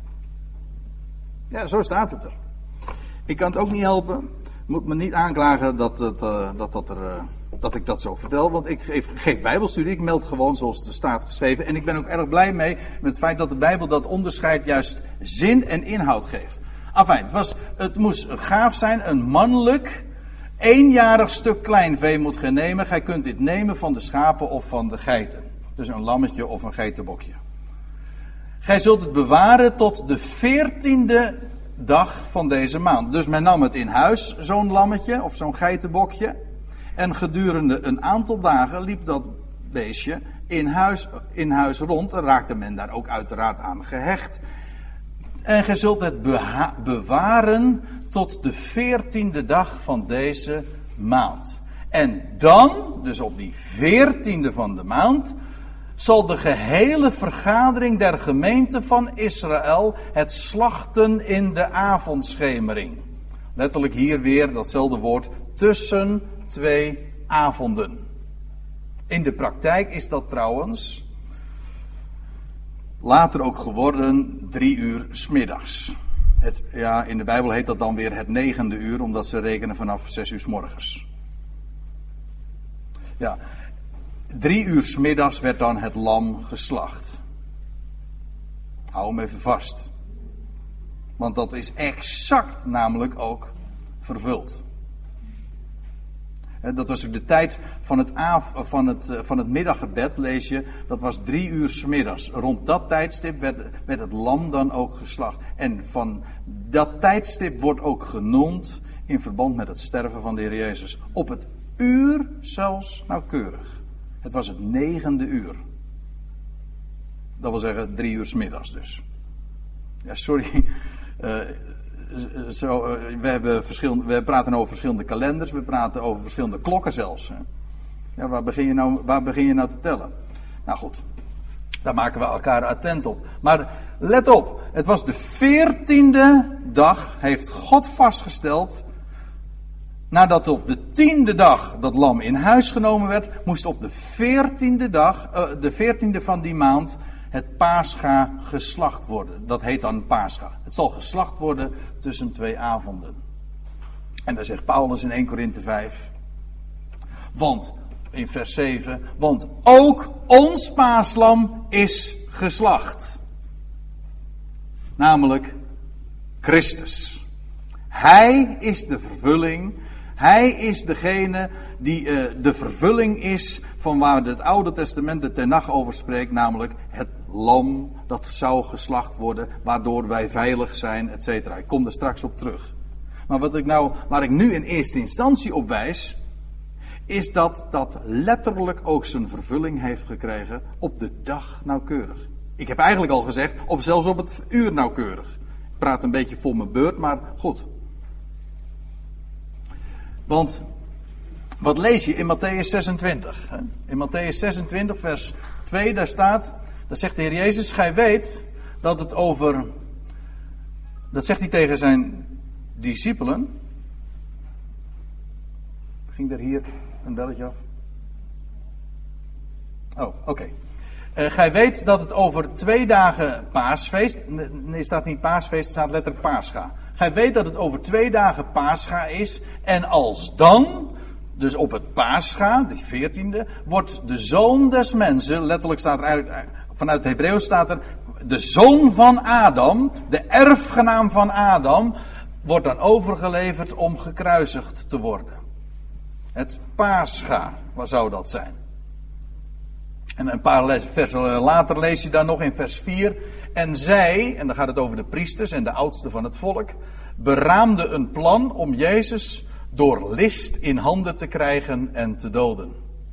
Ja, zo staat het er. Ik kan het ook niet helpen. Moet me niet aanklagen dat ik dat zo vertel. Want ik geef bijbelstudie. Ik meld gewoon zoals het er staat geschreven. En ik ben ook erg blij mee met het feit dat de Bijbel dat onderscheid juist zin en inhoud geeft. Afijn, het moest gaaf zijn. Een mannelijk, eenjarig stuk kleinvee moet gij nemen. Gij kunt dit nemen van de schapen of van de geiten. Dus een lammetje of een geitenbokje. Gij zult het bewaren tot de 14e dag van deze maand. Dus men nam het in huis, zo'n lammetje of zo'n geitenbokje. En gedurende een aantal dagen liep dat beestje in huis rond. En raakte men daar ook uiteraard aan gehecht. En gij zult het bewaren tot de 14e dag van deze maand. En dan, dus op die 14e van de maand, zal de gehele vergadering der gemeente van Israël het slachten in de avondschemering. Letterlijk hier weer datzelfde woord, tussen 2 avonden. In de praktijk is dat trouwens later ook geworden 3 uur 's middags. In de Bijbel heet dat dan weer het 9e uur, omdat ze rekenen vanaf 6 uur 's morgens. Ja, 3 uur 's middags werd dan het lam geslacht. Hou hem even vast. Want dat is exact namelijk ook vervuld. Dat was ook de tijd van het middaggebed, lees je. Dat was 3 uur 's middags. Rond dat tijdstip werd het lam dan ook geslacht. En van dat tijdstip wordt ook genoemd in verband met het sterven van de Heer Jezus. Op het uur zelfs nauwkeurig. Het was het 9e uur. Dat wil zeggen 3 uur 's middags dus. Ja, sorry. We praten over verschillende kalenders. We praten over verschillende klokken zelfs. Ja, waar begin je nou te tellen? Nou goed. Daar maken we elkaar attent op. Maar let op. Het was de 14e dag. Heeft God vastgesteld. Nadat op de 10e dag dat lam in huis genomen werd, moest op de 14e dag, de 14e van die maand, het Pascha geslacht worden. Dat heet dan Pascha. Het zal geslacht worden tussen 2 avonden. En dan zegt Paulus in 1 Korinthe 5. Want, in vers 7, want ook ons paaslam is geslacht. Namelijk Christus. Hij is de vervulling. Hij is degene die de vervulling is van waar het Oude Testament de Tenach over spreekt. Namelijk het lam dat zou geslacht worden, waardoor wij veilig zijn, etc. Ik kom er straks op terug. Maar waar ik nu in eerste instantie op wijs, is dat letterlijk ook zijn vervulling heeft gekregen op de dag nauwkeurig. Ik heb eigenlijk al gezegd, zelfs op het uur nauwkeurig. Ik praat een beetje voor mijn beurt, maar goed. Want, wat lees je in Mattheüs 26? Hè? In Mattheüs 26 vers 2, daar zegt de Heer Jezus, gij weet dat het over, dat zegt hij tegen zijn discipelen. Ging er hier een belletje af? Oh, oké. Gij weet dat het over 2 dagen paasfeest, nee, staat niet paasfeest, staat letterlijk Pascha. Gij weet dat het over 2 dagen Pascha is. En als dan, dus op het Pascha, de 14e, wordt de zoon des mensen, letterlijk staat er eigenlijk, vanuit het Hebreeuws staat er, de zoon van Adam, de erfgenaam van Adam, wordt dan overgeleverd om gekruisigd te worden. Het Pascha, wat zou dat zijn? En een paar versen later lees je dan nog in vers 4. En zij, en dan gaat het over de priesters en de oudsten van het volk, beraamden een plan om Jezus door list in handen te krijgen en te doden.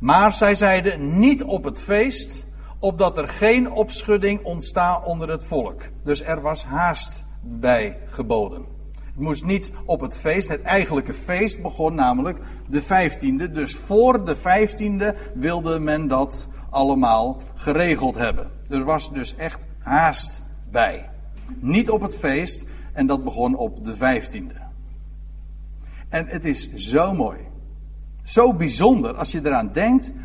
Maar zij zeiden niet op het feest, opdat er geen opschudding ontstaat onder het volk. Dus er was haast bij geboden. Het moest niet op het feest, het eigenlijke feest begon namelijk de 15e. Dus voor de 15e wilde men dat allemaal geregeld hebben. Er was dus echt haast bij. Niet op het feest en dat begon op de 15e. En het is zo mooi. Zo bijzonder als je eraan denkt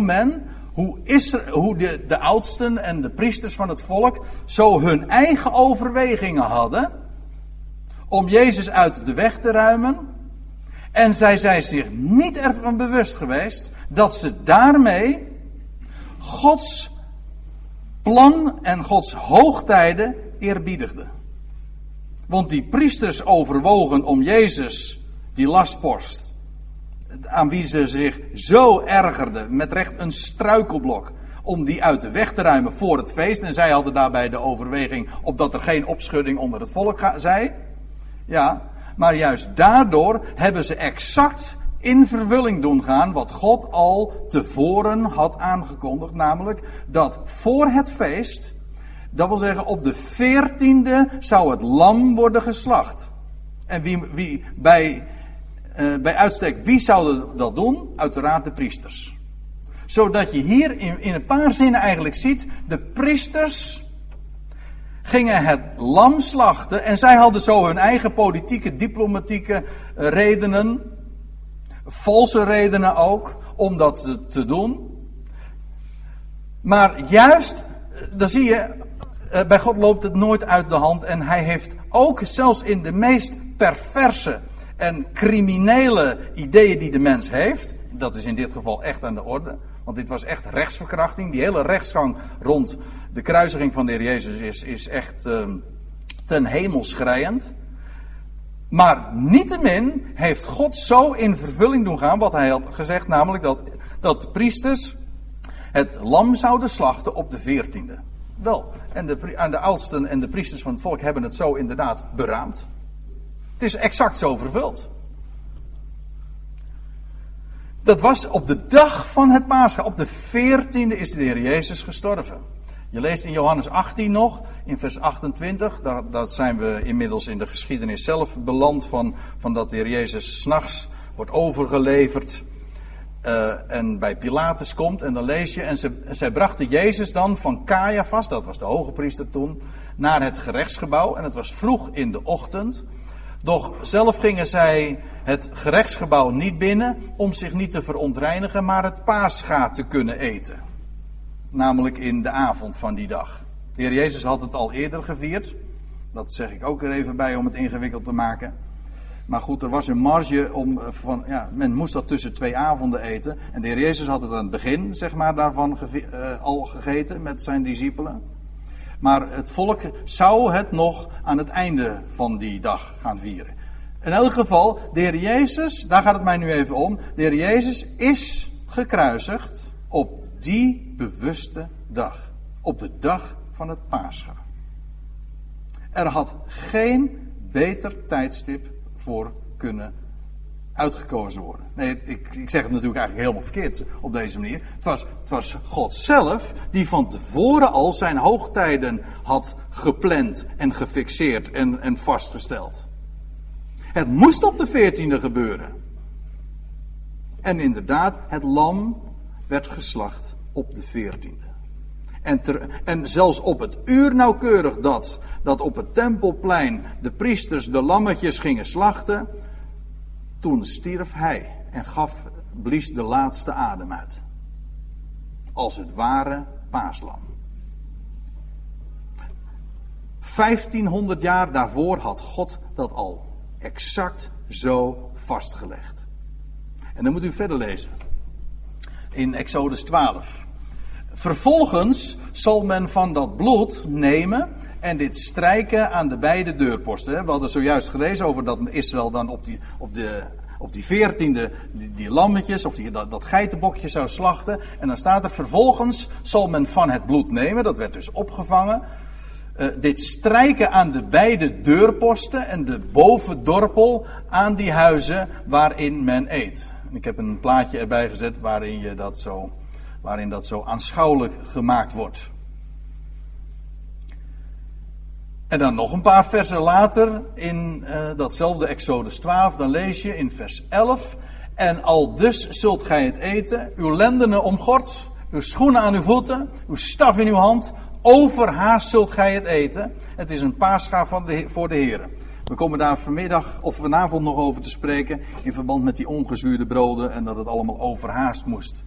hoe de oudsten en de priesters van het volk zo hun eigen overwegingen hadden om Jezus uit de weg te ruimen. En zij zijn zich niet ervan bewust geweest dat ze daarmee Gods plan en Gods hoogtijden eerbiedigden. Want die priesters overwogen om Jezus, die lastpost, aan wie ze zich zo ergerden, met recht een struikelblok, om die uit de weg te ruimen voor het feest. En zij hadden daarbij de overweging opdat er geen opschudding onder het volk zij. Ja, maar juist daardoor hebben ze exact in vervulling doen gaan wat God al tevoren had aangekondigd. Namelijk dat voor het feest, dat wil zeggen op de 14e zou het lam worden geslacht. En wie bij uitstek, wie zou dat doen? Uiteraard de priesters. Zodat je hier in een paar zinnen eigenlijk ziet, de priesters gingen het lam slachten en zij hadden zo hun eigen politieke, diplomatieke redenen, valse redenen ook, om dat te doen. Maar juist, dan zie je, bij God loopt het nooit uit de hand en hij heeft ook zelfs in de meest perverse en criminele ideeën die de mens heeft, dat is in dit geval echt aan de orde, want dit was echt rechtsverkrachting, die hele rechtsgang rond de kruisiging van de Heer Jezus is echt ten hemel schreiend. Maar niettemin heeft God zo in vervulling doen gaan wat hij had gezegd, namelijk dat de priesters het lam zouden slachten op de 14e. Wel, en de oudsten en de priesters van het volk hebben het zo inderdaad beraamd. Het is exact zo vervuld. Dat was op de dag van het Paascha. Op de 14e is de Heer Jezus gestorven. Je leest in Johannes 18 nog, in vers 28. Daar zijn we inmiddels in de geschiedenis zelf beland van dat de Heer Jezus 's nachts wordt overgeleverd. En bij Pilatus komt en dan lees je. En zij brachten Jezus dan van Caiaphas, dat was de hoge priester toen, naar het gerechtsgebouw. En het was vroeg in de ochtend. Doch zelf gingen zij het gerechtsgebouw niet binnen om zich niet te verontreinigen, maar het Paascha te kunnen eten. Namelijk in de avond van die dag. De Heer Jezus had het al eerder gevierd. Dat zeg ik ook er even bij om het ingewikkeld te maken. Maar goed, er was een marge men moest dat tussen 2 avonden eten. En de Heer Jezus had het aan het begin, zeg maar, daarvan al gegeten met zijn discipelen. Maar het volk zou het nog aan het einde van die dag gaan vieren. In elk geval, de Heer Jezus, daar gaat het mij nu even om. De Heer Jezus is gekruisigd op die bewuste dag. Op de dag van het Paascha. Er had geen beter tijdstip voor kunnen uitgekozen worden. Nee, ik zeg het natuurlijk eigenlijk helemaal verkeerd op deze manier. Het was God zelf die van tevoren al zijn hoogtijden had gepland en gefixeerd en vastgesteld. Het moest op de 14e gebeuren. En inderdaad, het lam werd geslacht op de 14e. En zelfs op het uur nauwkeurig dat op het tempelplein de priesters de lammetjes gingen slachten, toen stierf hij en blies de laatste adem uit. Als het ware paaslam. 1500 jaar daarvoor had God dat al exact zo vastgelegd. En dan moet u verder lezen. In Exodus 12. Vervolgens zal men van dat bloed nemen en dit strijken aan de beide deurposten. We hadden zojuist gelezen over dat Israël dan op die 14e die lammetjes of dat geitenbokje zou slachten. En dan staat er vervolgens zal men van het bloed nemen, dat werd dus opgevangen. Dit strijken aan de beide deurposten en de bovendorpel aan die huizen waarin men eet. Ik heb een plaatje erbij gezet waarin dat zo aanschouwelijk gemaakt wordt. En dan nog een paar versen later in datzelfde Exodus 12, dan lees je in vers 11. En aldus zult gij het eten, uw lendenen omgord, uw schoenen aan uw voeten, uw staf in uw hand. Overhaast zult gij het eten. Het is een Pascha voor de Heer. We komen daar vanavond nog over te spreken in verband met die ongezuurde broden en dat het allemaal overhaast moest.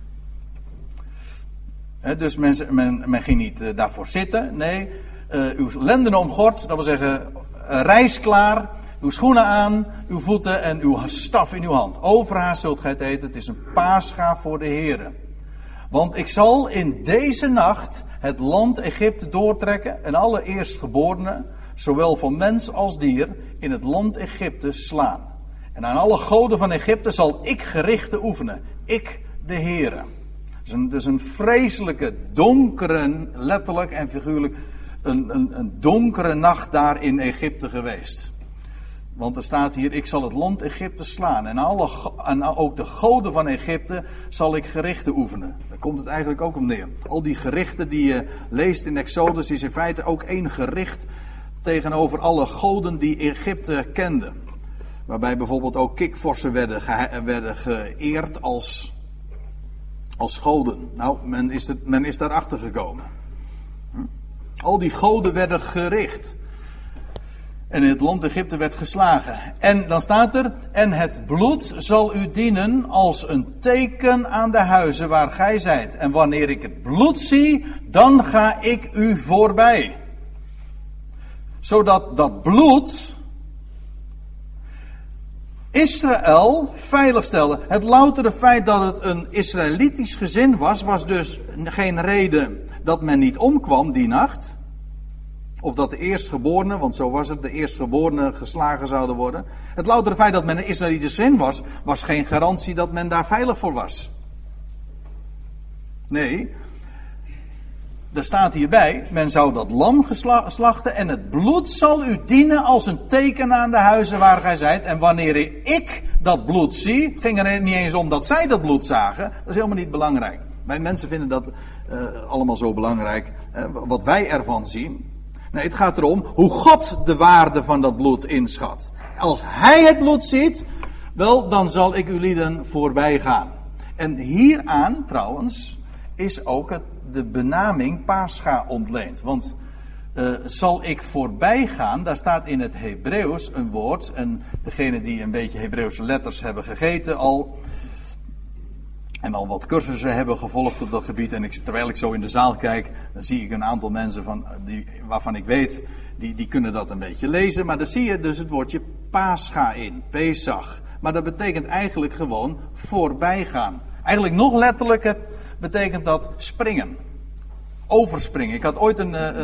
Dus men ging niet daarvoor zitten. Nee, uw lendenen omgord, dat wil zeggen reis klaar, uw schoenen aan, uw voeten en uw staf in uw hand. Overhaast zult gij het eten. Het is een Pascha voor de Heer. Want ik zal in deze nacht het land Egypte doortrekken en alle eerstgeborenen, zowel van mens als dier, in het land Egypte slaan. En aan alle goden van Egypte zal ik gerichten oefenen. Ik, de Heere. Dus een vreselijke, donkere, letterlijk en figuurlijk, een donkere nacht daar in Egypte geweest. Want er staat hier, ik zal het land Egypte slaan. En ook de goden van Egypte zal ik gerichten oefenen. Daar komt het eigenlijk ook om neer. Al die gerichten die je leest in Exodus is in feite ook één gericht tegenover alle goden die Egypte kende. Waarbij bijvoorbeeld ook kikvorsen werden geëerd als goden. Nou, men is daarachter gekomen. Al die goden werden gericht. En in het land Egypte werd geslagen. En dan staat er, en het bloed zal u dienen als een teken aan de huizen waar gij zijt. En wanneer ik het bloed zie, dan ga ik u voorbij. Zodat dat bloed Israël veilig stelde. Het loutere feit dat het een Israëlitisch gezin was dus geen reden dat men niet omkwam die nacht. Of dat de eerstgeborenen, want zo was het, de eerstgeborenen geslagen zouden worden. Het loutere feit dat men een Israëlitisch gezin was geen garantie dat men daar veilig voor was. Nee, er staat hierbij, men zou dat lam slachten en het bloed zal u dienen als een teken aan de huizen waar gij zijt. En wanneer ik dat bloed zie, het ging er niet eens om dat zij dat bloed zagen, dat is helemaal niet belangrijk. Wij mensen vinden dat allemaal zo belangrijk, wat wij ervan zien. Nee, het gaat erom hoe God de waarde van dat bloed inschat. Als hij het bloed ziet, wel, dan zal ik uw lieden voorbij gaan. En hieraan, trouwens, is ook de benaming Pascha ontleend. Want zal ik voorbij gaan, daar staat in het Hebreeuws een woord. En degenen die een beetje Hebreeuwse letters hebben gegeten al, en al wat cursussen hebben gevolgd op dat gebied. En terwijl ik zo in de zaal kijk, dan zie ik een aantal mensen waarvan ik weet, die kunnen dat een beetje lezen. Maar dan zie je dus het woordje Pascha in, Pesach. Maar dat betekent eigenlijk gewoon voorbijgaan. Eigenlijk nog letterlijk betekent dat springen. Overspringen. Ik had ooit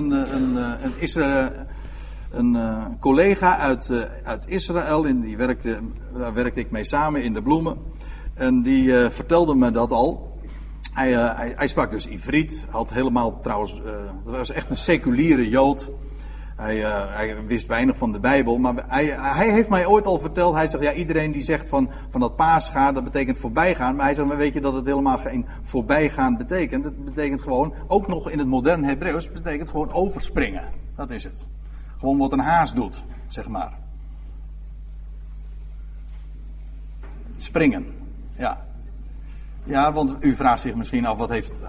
een collega uit Israël, daar werkte ik mee samen in de bloemen. En die vertelde me dat al. Hij sprak dus Ivriet. Had helemaal trouwens, dat was echt een seculiere Jood. Hij wist weinig van de Bijbel. Maar hij heeft mij ooit al verteld. Hij zegt, ja, iedereen die zegt van dat Pascha, dat betekent voorbijgaan. Maar hij zegt, maar weet je dat het helemaal geen voorbijgaan betekent? Het betekent gewoon, ook nog in het moderne Hebreeuws, betekent gewoon overspringen. Dat is het. Gewoon wat een haas doet, zeg maar. Springen. Ja. Ja, want u vraagt zich misschien af, wat heeft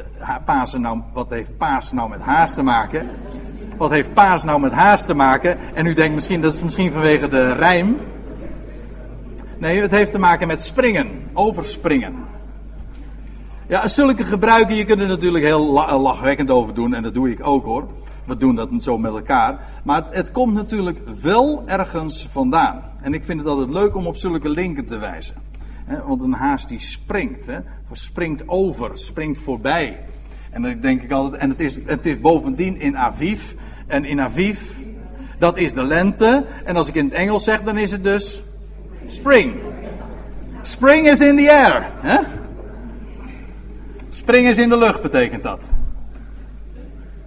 Pasen nou met haast te maken? Wat heeft Paas nou met haast te maken? En u denkt misschien, dat is misschien vanwege de rijm. Nee, het heeft te maken met springen. Overspringen. Ja, zulke gebruiken, je kunt er natuurlijk heel lachwekkend over doen. En dat doe ik ook hoor. We doen dat zo met elkaar. Maar het komt natuurlijk wel ergens vandaan. En ik vind het altijd leuk om op zulke linken te wijzen. Want een haas die springt. Springt over, springt voorbij. En dan denk ik altijd, en het is bovendien in Aviv. En in Aviv, dat is de lente. En als ik in het Engels zeg, dan is het dus spring. Spring is in the air. Hè? Spring is in de lucht, betekent dat.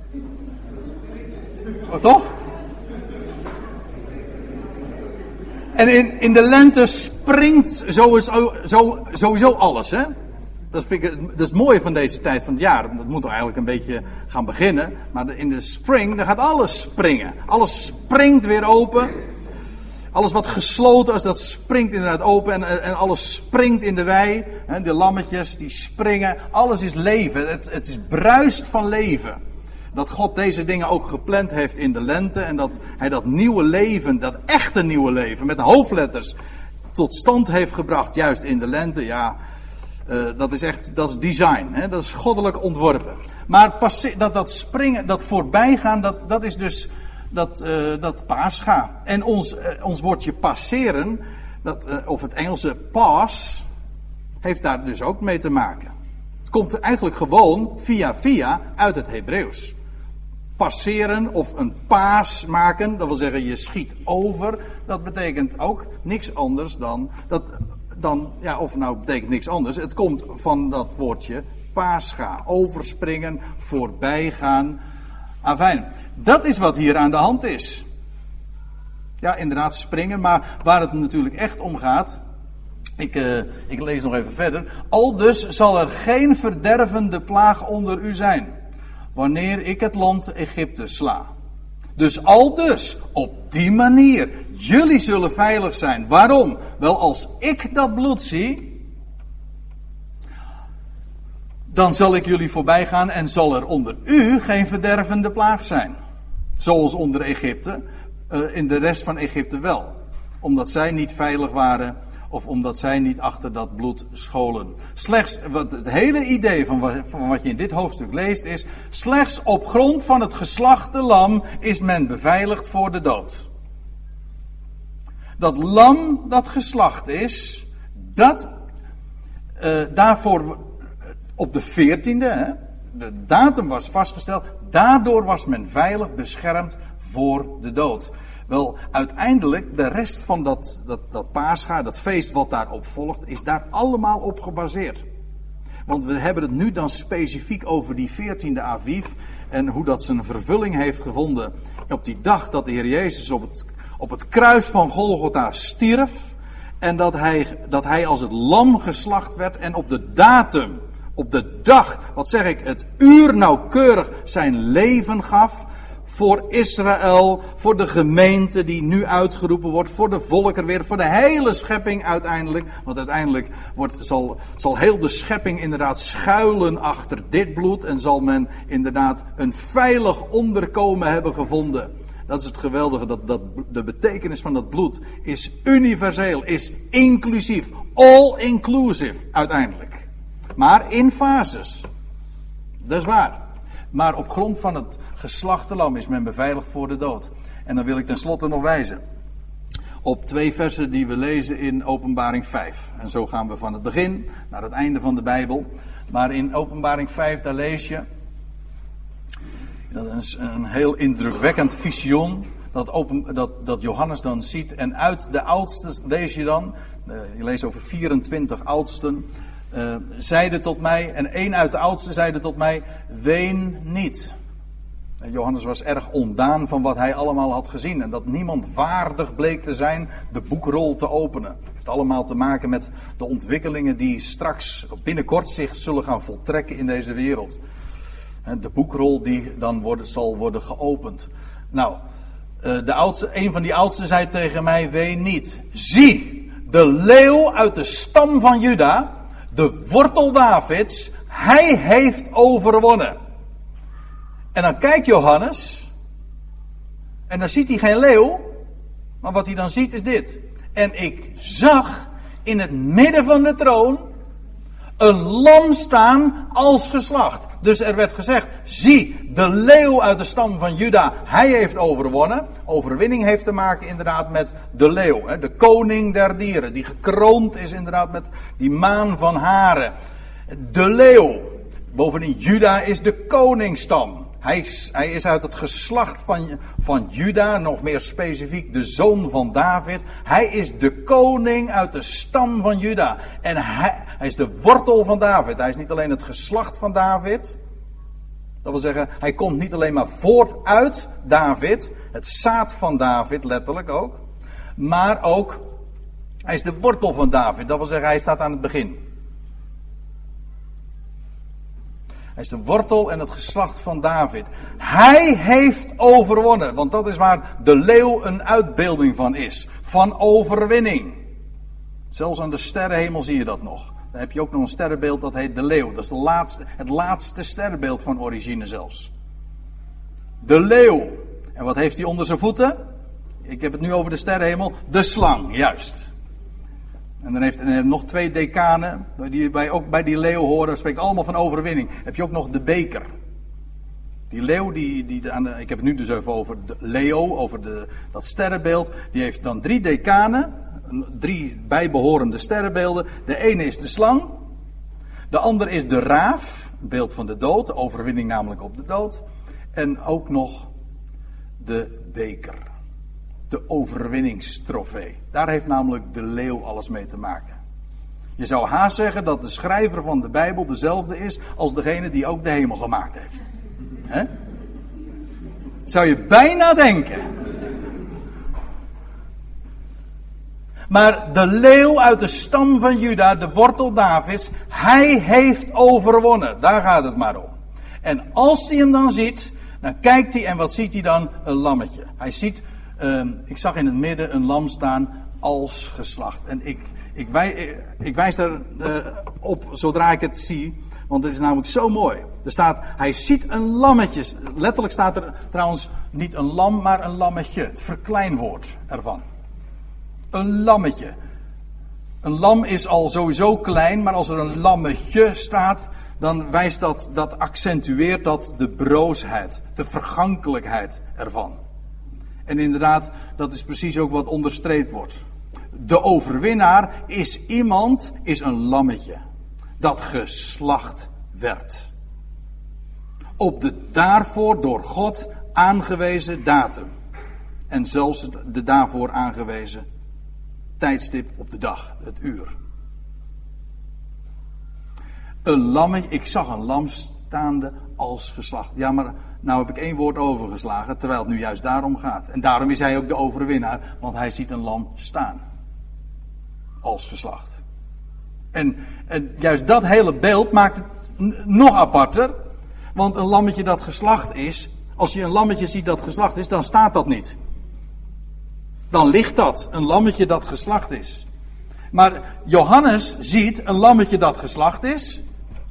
Oh, toch? En in de lente springt sowieso alles, hè. Dat vind ik dat is het mooie van deze tijd van het jaar. Dat moet er eigenlijk een beetje gaan beginnen. Maar in de spring, dan gaat alles springen. Alles springt weer open. Alles wat gesloten is, dat springt inderdaad open. En alles springt in de wei. De lammetjes, die springen. Alles is leven. Het is bruist van leven. Dat God deze dingen ook gepland heeft in de lente. En dat hij dat nieuwe leven, dat echte nieuwe leven, met hoofdletters, tot stand heeft gebracht. Juist in de lente, ja. Dat is design. Hè? Dat is goddelijk ontworpen. Maar dat springen, dat voorbijgaan, dat is dus dat Pascha. En ons woordje passeren, of het Engelse pass, heeft daar dus ook mee te maken. Het komt eigenlijk gewoon via uit het Hebreeuws. Passeren of een paas maken, dat wil zeggen je schiet over, dat betekent ook niks anders dan of nou betekent niks anders. Het komt van dat woordje Pascha. Overspringen, voorbijgaan. Afijn, dat is wat hier aan de hand is. Ja, inderdaad springen, maar waar het natuurlijk echt om gaat. Ik lees nog even verder. Aldus zal er geen verdervende plaag onder u zijn, wanneer ik het land Egypte sla. Dus aldus, op die manier, jullie zullen veilig zijn. Waarom? Wel, als ik dat bloed zie, dan zal ik jullie voorbij gaan en zal er onder u geen verdervende plaag zijn. Zoals onder Egypte, in de rest van Egypte wel. Omdat zij niet veilig waren, of omdat zij niet achter dat bloed scholen. Slechts, het hele idee van wat je in dit hoofdstuk leest is, slechts op grond van het geslachte lam is men beveiligd voor de dood. Dat lam dat geslacht is, daarvoor op de 14e, de datum was vastgesteld, daardoor was men veilig beschermd voor de dood. Wel, uiteindelijk, de rest van dat Pascha, dat feest wat daarop volgt, is daar allemaal op gebaseerd. Want we hebben het nu dan specifiek over die 14e Aviv en hoe dat zijn vervulling heeft gevonden op die dag dat de Heer Jezus op het kruis van Golgotha stierf. En dat hij als het lam geslacht werd en op de datum, op de dag, het uur nauwkeurig zijn leven gaf. Voor Israël, voor de gemeente die nu uitgeroepen wordt, voor de volken weer, voor de hele schepping uiteindelijk. Want uiteindelijk zal heel de schepping inderdaad schuilen achter dit bloed en zal men inderdaad een veilig onderkomen hebben gevonden. Dat is het geweldige, dat de betekenis van dat bloed is universeel, is inclusief, all inclusive uiteindelijk. Maar in fases. Dat is waar. Maar op grond van het geslachte lam is men beveiligd voor de dood. En dan wil ik tenslotte nog wijzen op 2 versen die we lezen in Openbaring 5. En zo gaan we van het begin naar het einde van de Bijbel. Maar in Openbaring 5, daar lees je, dat is een heel indrukwekkend visioen, dat Johannes dan ziet. En uit de oudsten lees je dan, je leest over 24 oudsten, zeiden tot mij, en 1 uit de oudsten zeide tot mij, ween niet. Johannes was erg ontdaan van wat hij allemaal had gezien. En dat niemand waardig bleek te zijn de boekrol te openen. Het heeft allemaal te maken met de ontwikkelingen die straks binnenkort zich zullen gaan voltrekken in deze wereld. De boekrol die dan zal worden geopend. Nou, een van die oudsten zei tegen mij, ween niet. Zie, de leeuw uit de stam van Juda, de wortel Davids, hij heeft overwonnen. En dan kijkt Johannes, en dan ziet hij geen leeuw, maar wat hij dan ziet is dit. En ik zag in het midden van de troon een lam staan als geslacht. Dus er werd gezegd, zie, de leeuw uit de stam van Juda, hij heeft overwonnen. Overwinning heeft te maken inderdaad met de leeuw, de koning der dieren, die gekroond is inderdaad met die maan van haren. De leeuw, bovendien Juda is de koningsstam. Hij is uit het geslacht van Juda, nog meer specifiek de zoon van David. Hij is de koning uit de stam van Juda. En hij is de wortel van David. Hij is niet alleen het geslacht van David. Dat wil zeggen, hij komt niet alleen maar voort uit David. Het zaad van David, letterlijk ook. Maar ook, hij is de wortel van David. Dat wil zeggen, hij staat aan het begin. Hij is de wortel en het geslacht van David. Hij heeft overwonnen. Want dat is waar de leeuw een uitbeelding van is. Van overwinning. Zelfs aan de sterrenhemel zie je dat nog. Dan heb je ook nog een sterrenbeeld dat heet de leeuw. Dat is het laatste sterrenbeeld van origine zelfs. De leeuw. En wat heeft hij onder zijn voeten? Ik heb het nu over de sterrenhemel. De slang, juist. En dan heeft hij nog 2 decanen, die ook bij die leeuw horen. Dat spreekt allemaal van overwinning. Heb je ook nog de beker. Die leeuw, ik heb het nu dus even over de Leo, over dat sterrenbeeld. Die heeft dan 3 decanen, 3 bijbehorende sterrenbeelden. De ene is de slang. De andere is de raaf, een beeld van de dood. De overwinning namelijk op de dood. En ook nog de beker. De overwinningstrofee. Daar heeft namelijk de leeuw alles mee te maken. Je zou haast zeggen dat de schrijver van de Bijbel dezelfde is als degene die ook de hemel gemaakt heeft. Hè? Zou je bijna denken. Maar de leeuw uit de stam van Juda, de wortel Davids, hij heeft overwonnen. Daar gaat het maar om. En als hij hem dan ziet, dan kijkt hij en wat ziet hij dan? Een lammetje. Hij ziet, ik zag in het midden een lam staan als geslacht. En ik wijs daar op zodra ik het zie, want het is namelijk zo mooi. Er staat, hij ziet een lammetje. Letterlijk staat er trouwens niet een lam, maar een lammetje. Het verkleinwoord ervan. Een lammetje. Een lam is al sowieso klein, maar als er een lammetje staat, dan wijst dat accentueert dat de broosheid, de vergankelijkheid ervan. En inderdaad, dat is precies ook wat onderstreept wordt. De overwinnaar is een lammetje dat geslacht werd. Op de daarvoor door God aangewezen datum. En zelfs de daarvoor aangewezen tijdstip op de dag, het uur. Een lammetje, ik zag een lam staande als geslacht. Ja, maar nou heb ik 1 woord overgeslagen, terwijl het nu juist daarom gaat. En daarom is hij ook de overwinnaar, want hij ziet een lam staan. Als geslacht. En juist dat hele beeld maakt het nog aparter. Want een lammetje dat geslacht is, als je een lammetje ziet dat geslacht is, dan staat dat niet. Dan ligt dat, een lammetje dat geslacht is. Maar Johannes ziet een lammetje dat geslacht is.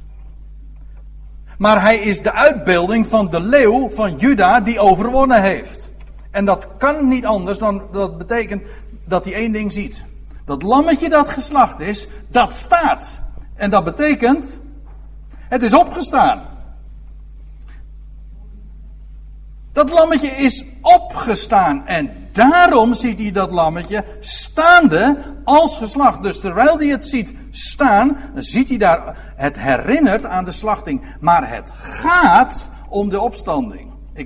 Maar hij is de uitbeelding van de leeuw van Juda die overwonnen heeft. En dat kan niet anders dan dat betekent dat hij 1 ding ziet. Dat lammetje dat geslacht is, dat staat. En dat betekent, het is opgestaan. Dat lammetje is opgestaan en daarom ziet hij dat lammetje staande als geslacht. Dus terwijl hij het ziet staan, dan ziet hij daar, het herinnert aan de slachting. Maar het gaat om de opstanding.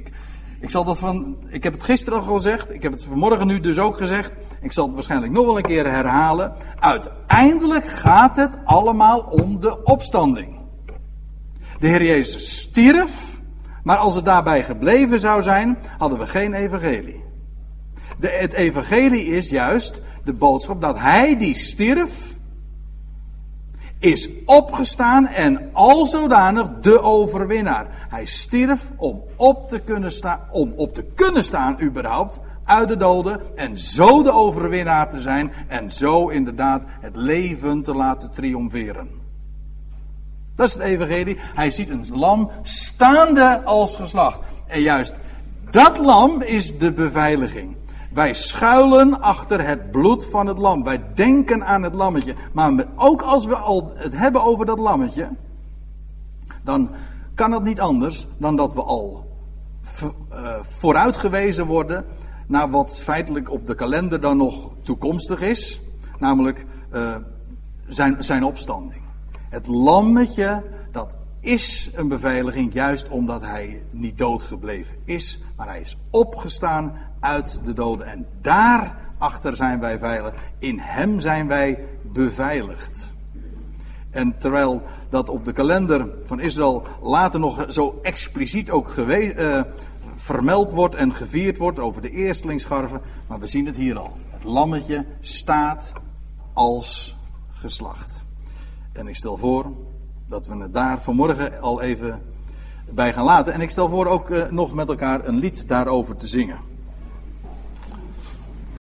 Ik heb het gisteren al gezegd, ik heb het vanmorgen nu dus ook gezegd. Ik zal het waarschijnlijk nog wel een keer herhalen. Uiteindelijk gaat het allemaal om de opstanding. De Heer Jezus stierf. Maar als het daarbij gebleven zou zijn, hadden we geen evangelie. Het evangelie is juist de boodschap dat hij die stierf, is opgestaan en al zodanig de overwinnaar. Hij stierf om op te kunnen staan überhaupt uit de doden en zo de overwinnaar te zijn en zo inderdaad het leven te laten triomferen. Dat is het evangelie. Hij ziet een lam staande als geslacht. En juist dat lam is de beveiliging. Wij schuilen achter het bloed van het lam. Wij denken aan het lammetje. Maar ook als we al het hebben over dat lammetje, dan kan het niet anders dan dat we al vooruitgewezen worden naar wat feitelijk op de kalender dan nog toekomstig is. Namelijk zijn opstanding. Het lammetje, dat is een beveiliging juist omdat hij niet dood gebleven is. Maar hij is opgestaan uit de doden. En daarachter zijn wij veilig. In hem zijn wij beveiligd. En terwijl dat op de kalender van Israël later nog zo expliciet ook vermeld wordt en gevierd wordt over de eerstelingsscharven. Maar we zien het hier al. Het lammetje staat als geslacht. En ik stel voor dat we het daar vanmorgen al even bij gaan laten. En ik stel voor ook nog met elkaar een lied daarover te zingen.